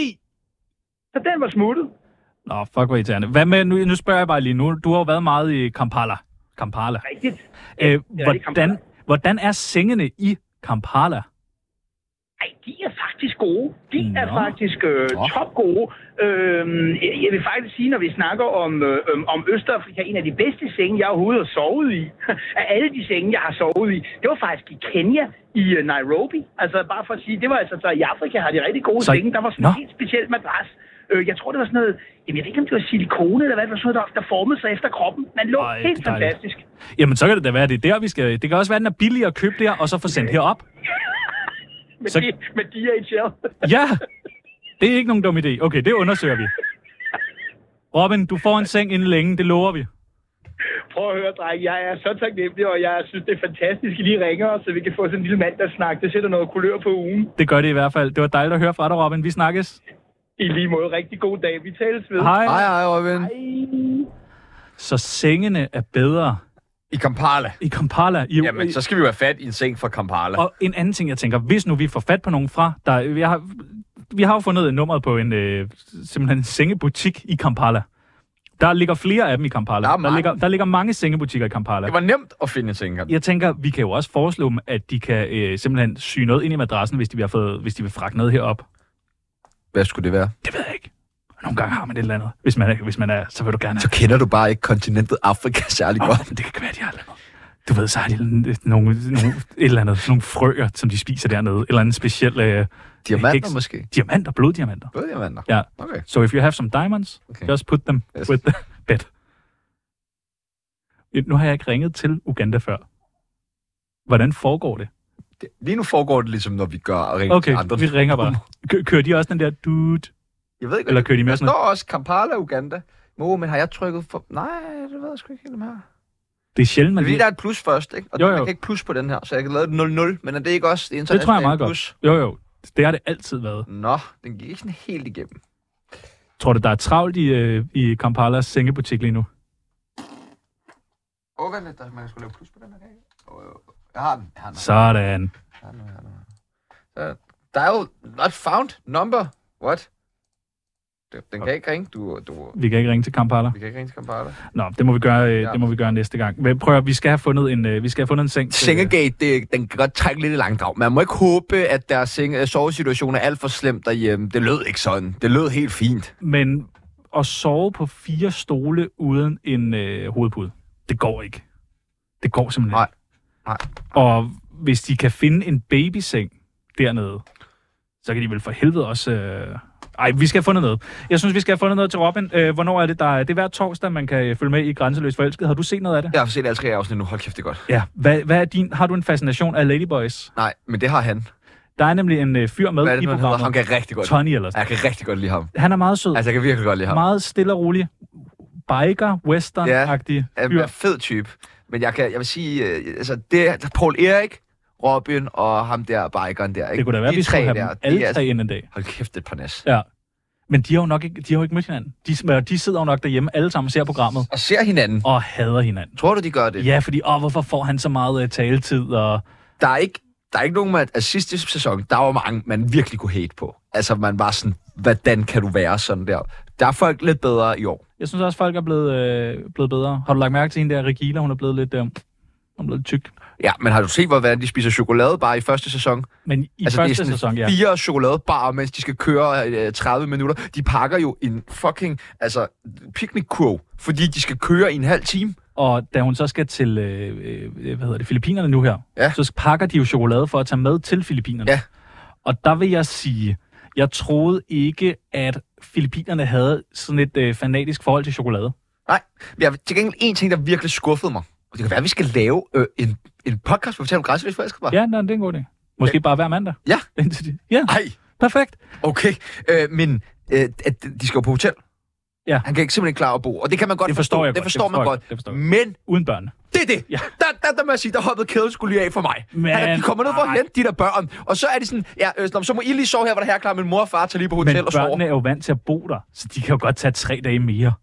Så den var smuttet. Nå, fuck, hvor irriterende. Hvad med, nu, nu spørger jeg bare lige nu, du har jo været meget i Kampala. Kampala. Rigtigt. Æh, hvordan, hvordan er sengene i Kampala? Ej, de er faktisk gode. De Nå. er faktisk øh, topgode. Øhm, jeg vil faktisk sige, når vi snakker om, øh, om Østafrika, en af de bedste senge, jeg overhovedet har sovet i, af alle de senge, jeg har sovet i, det var faktisk i Kenya, i uh, Nairobi. Altså bare for at sige, det var altså, så i Afrika har de rigtig gode så... senge. Der var sådan en helt speciel madras. Øh, jeg tror, det var sådan noget, jamen jeg ved ikke, om det var silikone, eller hvad det var sådan noget, der, der formede sig efter kroppen. Man lå Ej, helt fantastisk. Jamen så kan det da være, det er der, vi skal. Det kan også være, den er billigere at købe der, og så få sendt herop. Med, så... D- med D H L. Ja, det er ikke nogen dum idé. Okay, det undersøger vi. Robin, du får en seng inden længe, det lover vi. Prøv at høre, dreng. Jeg er så taknemmelig, og jeg synes, det er fantastisk, at I lige ringer os, så vi kan få sådan en lille mandagssnak. Det sætter noget kulør på ugen. Det gør det i hvert fald. Det var dejligt at høre fra dig, Robin. Vi snakkes. I lige måde. Rigtig god dag. Vi tales ved. Hej. Hej, hej, Robin. Hej. Så sengene er bedre... I Kampala. I Kampala. I, Jamen, så skal vi jo have fat i en seng fra Kampala. Og en anden ting, jeg tænker, hvis nu vi får fat på nogen fra, der, vi, har, vi har jo fundet nummeret på en øh, simpelthen en sengebutik i Kampala. Der ligger flere af dem i Kampala. Der, der, ligger, der ligger mange sengebutikker i Kampala. Det var nemt at finde en seng. Jeg tænker, vi kan jo også foreslå dem, at de kan øh, simpelthen sy noget ind i madrassen, hvis de vil, have fået, hvis de vil fragte noget herop. Hvad skulle det være? Det ved jeg ikke. Nogle gange har man et eller andet. Hvis man er, hvis man er så vil du gerne have. Så kender du bare ikke kontinentet Afrika særlig oh, godt. Det kan være, de har noget. Du ved, så har de nogle, nogle, et eller andet, nogle frøer, som de spiser dernede. Et eller andet specielt... Øh, diamanter heks. måske? Diamanter, bloddiamanter. Bloddiamanter? Ja. Okay. So if you have some diamonds, okay. just put them yes. with the bed. Nu har jeg ikke ringet til Uganda før. Hvordan foregår det? det lige nu foregår det ligesom, når vi gør og ringer okay, til andre. vi ringer bare. Kø- kører de også den der dude? Jeg ved ikke, eller kører de med der sådan står også Kampala, Uganda. Mo, men har jeg trykket for... Nej, det ved jeg sgu ikke helt her. Det er sjældent, man... Det er der er et plus først, ikke? Og jo, jo. man kan ikke plus på den her, så jeg kan lave det nul nul. Men er det ikke også det internationale plus? Det tror jeg meget plus? godt. Jo, jo. Det har det altid været. Nå, den gik ikke sådan helt igennem. Tror du, der er travlt i, øh, i Kampalas sengebutik lige nu? Åh, vent lidt, der man skulle lave plus på den her dag. Oh, jeg har den. Jeg har den. Sådan. Jeg har den, jeg har den. Dial not found. Number. What? Den kan ikke ringe. Du, du... Vi kan ikke ringe til Kampala. Vi kan ikke ringe til Kampala. Nå, det må vi gøre, ja. det må vi gøre næste gang. Prøv at, vi skal have fundet en, vi skal have fundet en seng. Sengegate, det, den kan godt trække lidt i langdrag. Man må ikke håbe, at deres seng, sovesituation er alt for slemt derhjemme. Det lød ikke sådan. Det lød helt fint. Men at sove på fire stole uden en øh, hovedpude, det går ikke. Det går simpelthen Nej. Nej. Og hvis de kan finde en babyseng dernede, så kan de vel for helvede også... Øh... Ej, vi skal have fundet noget. Jeg synes, vi skal have fundet noget til Robin. Øh, hvornår er det, der er? Det er hver torsdag, man kan følge med i Grænseløst Forelsket. Har du set noget af det? Jeg har set alle tre afsnit nu. Hold kæft, det er godt. Ja. Hvad, hvad er din... Har du en fascination af Ladyboys? Nej, men det har han. Der er nemlig en øh, fyr med hvad er det, i programmet. Han kan rigtig godt. Tony eller sådan. Jeg kan rigtig godt lide ham. Han er meget sød. Altså, jeg kan virkelig godt lide ham. Meget stille og rolig. Biker, western-agtig ja, fyr. Ja, fed type. Men jeg, kan, jeg vil sige, øh, altså, det er Paul Erik, Robin og ham der, bikeren der. Ikke? Det kunne da være, de vi skulle have der, dem alle de tre ind en dag. Hold kæft, et par næs. Ja. Men de har jo nok ikke, de har jo ikke mødt hinanden. De, de sidder jo nok derhjemme alle sammen og ser programmet. Og ser hinanden. Og hader hinanden. Tror du, de gør det? Ja, fordi, åh, hvorfor får han så meget uh, taletid? Og... Der er ikke, der er ikke nogen, at, at sidste sæson, der var mange, man virkelig kunne hate på. Altså, man var sådan, hvordan kan du være sådan der? Der er folk lidt bedre i år. Jeg synes også, folk er blevet, øh, blevet bedre. Har du lagt mærke til hende der, Regila? Hun er blevet lidt, øh, hun er blevet lidt tyk. Ja, men har du set, hvordan de spiser chokoladebar i første sæson? Men i altså, første sæson, ja. Fire chokoladebar, mens de skal køre øh, tredive minutter. De pakker jo en fucking altså, picnic-kurv, fordi de skal køre i en halv time. Og da hun så skal til øh, øh, hvad hedder det, Filippinerne nu her, ja. så pakker de jo chokolade for at tage med til Filippinerne. Ja. Og der vil jeg sige, jeg troede ikke, at Filippinerne havde sådan et øh, fanatisk forhold til chokolade. Nej, men jeg til gengæld en ting, der virkelig skuffede mig. Og det kan være, at vi skal lave øh, en, en podcast, hvor vi taler om Grænseløst Forelsket. Ja, nej, det er en god idé. Måske ja. bare hver mandag. Ja. Ja, Ej. Perfekt. Okay, øh, men øh, at de skal jo på hotel. Ja. Han kan ikke simpelthen ikke klare at bo, og det kan man godt det forstår. forstå. Jeg det godt. forstår det man forstår godt. Det forstår men uden børn. Det er det. Ja. Der, der, der må jeg sige, der hoppede kæden skulle lige af for mig. Men, han, de kommer ned for at hente de der børn, og så er de sådan, ja, øh, så må I lige sove her, hvor der her klar, min mor og far tager lige på hotel men og sover. Men børnene er jo vant til at bo der, så de kan jo godt tage tre dage mere.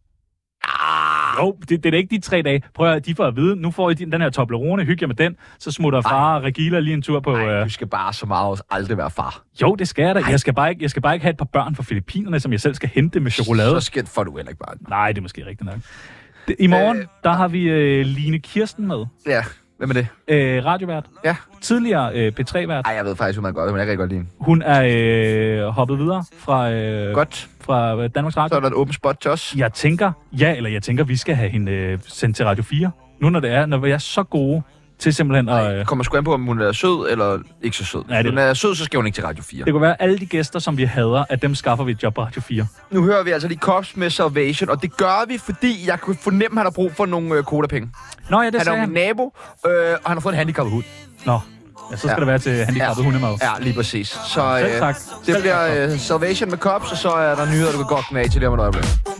Ah. Jo, det, det er da ikke de tre dage. Prøv at de får at vide, nu får I den her Toblerone, hygge jer med den, så smutter far og Regila lige en tur på... Nej, øh... du skal bare så meget aldrig være far. Jo, det skal jeg da. Jeg skal, bare ikke, jeg skal bare ikke have et par børn fra Filippinerne, som jeg selv skal hente med chokolade. Så skidt får du heller ikke barn. Nej, det er måske rigtigt nok. Det, I morgen, øh, der har vi øh, Line Kirsten med. Ja, hvem er det? Øh, radiovært. Ja. Tidligere øh, P tre-vært. Nej, jeg ved faktisk, hvor man godt, men jeg kan rigtig godt lide hende. Hun er øh, hoppet videre fra, øh, godt. fra øh, Danmarks Radio. Så er der et åbent spot til os. Jeg tænker, ja, eller jeg tænker, vi skal have hende øh, sendt til Radio fire. Nu når det er, når vi er så gode til simpelthen at... Øh... kommer sgu an på, om hun er sød eller ikke så sød. Hvis hun er sød, så skal hun ikke til Radio fire. Det kunne være, at alle de gæster, som vi hader, at dem skaffer vi et job på Radio fire. Nu hører vi altså lige Cops med Salvation, og det gør vi, fordi jeg kunne fornemme, at han har brug for nogle øh, kodapenge. Nå ja, det han er min nabo, øh, og han har fået en handicappet hund. Nå, ja, så skal ja. det være til handicappet ja. hundemad. Ja, lige præcis. Så øh, Selv tak. det Selv bliver øh, Salvation med Cops, og så er der nyheder, du kan godt med af til det om et øjeblik.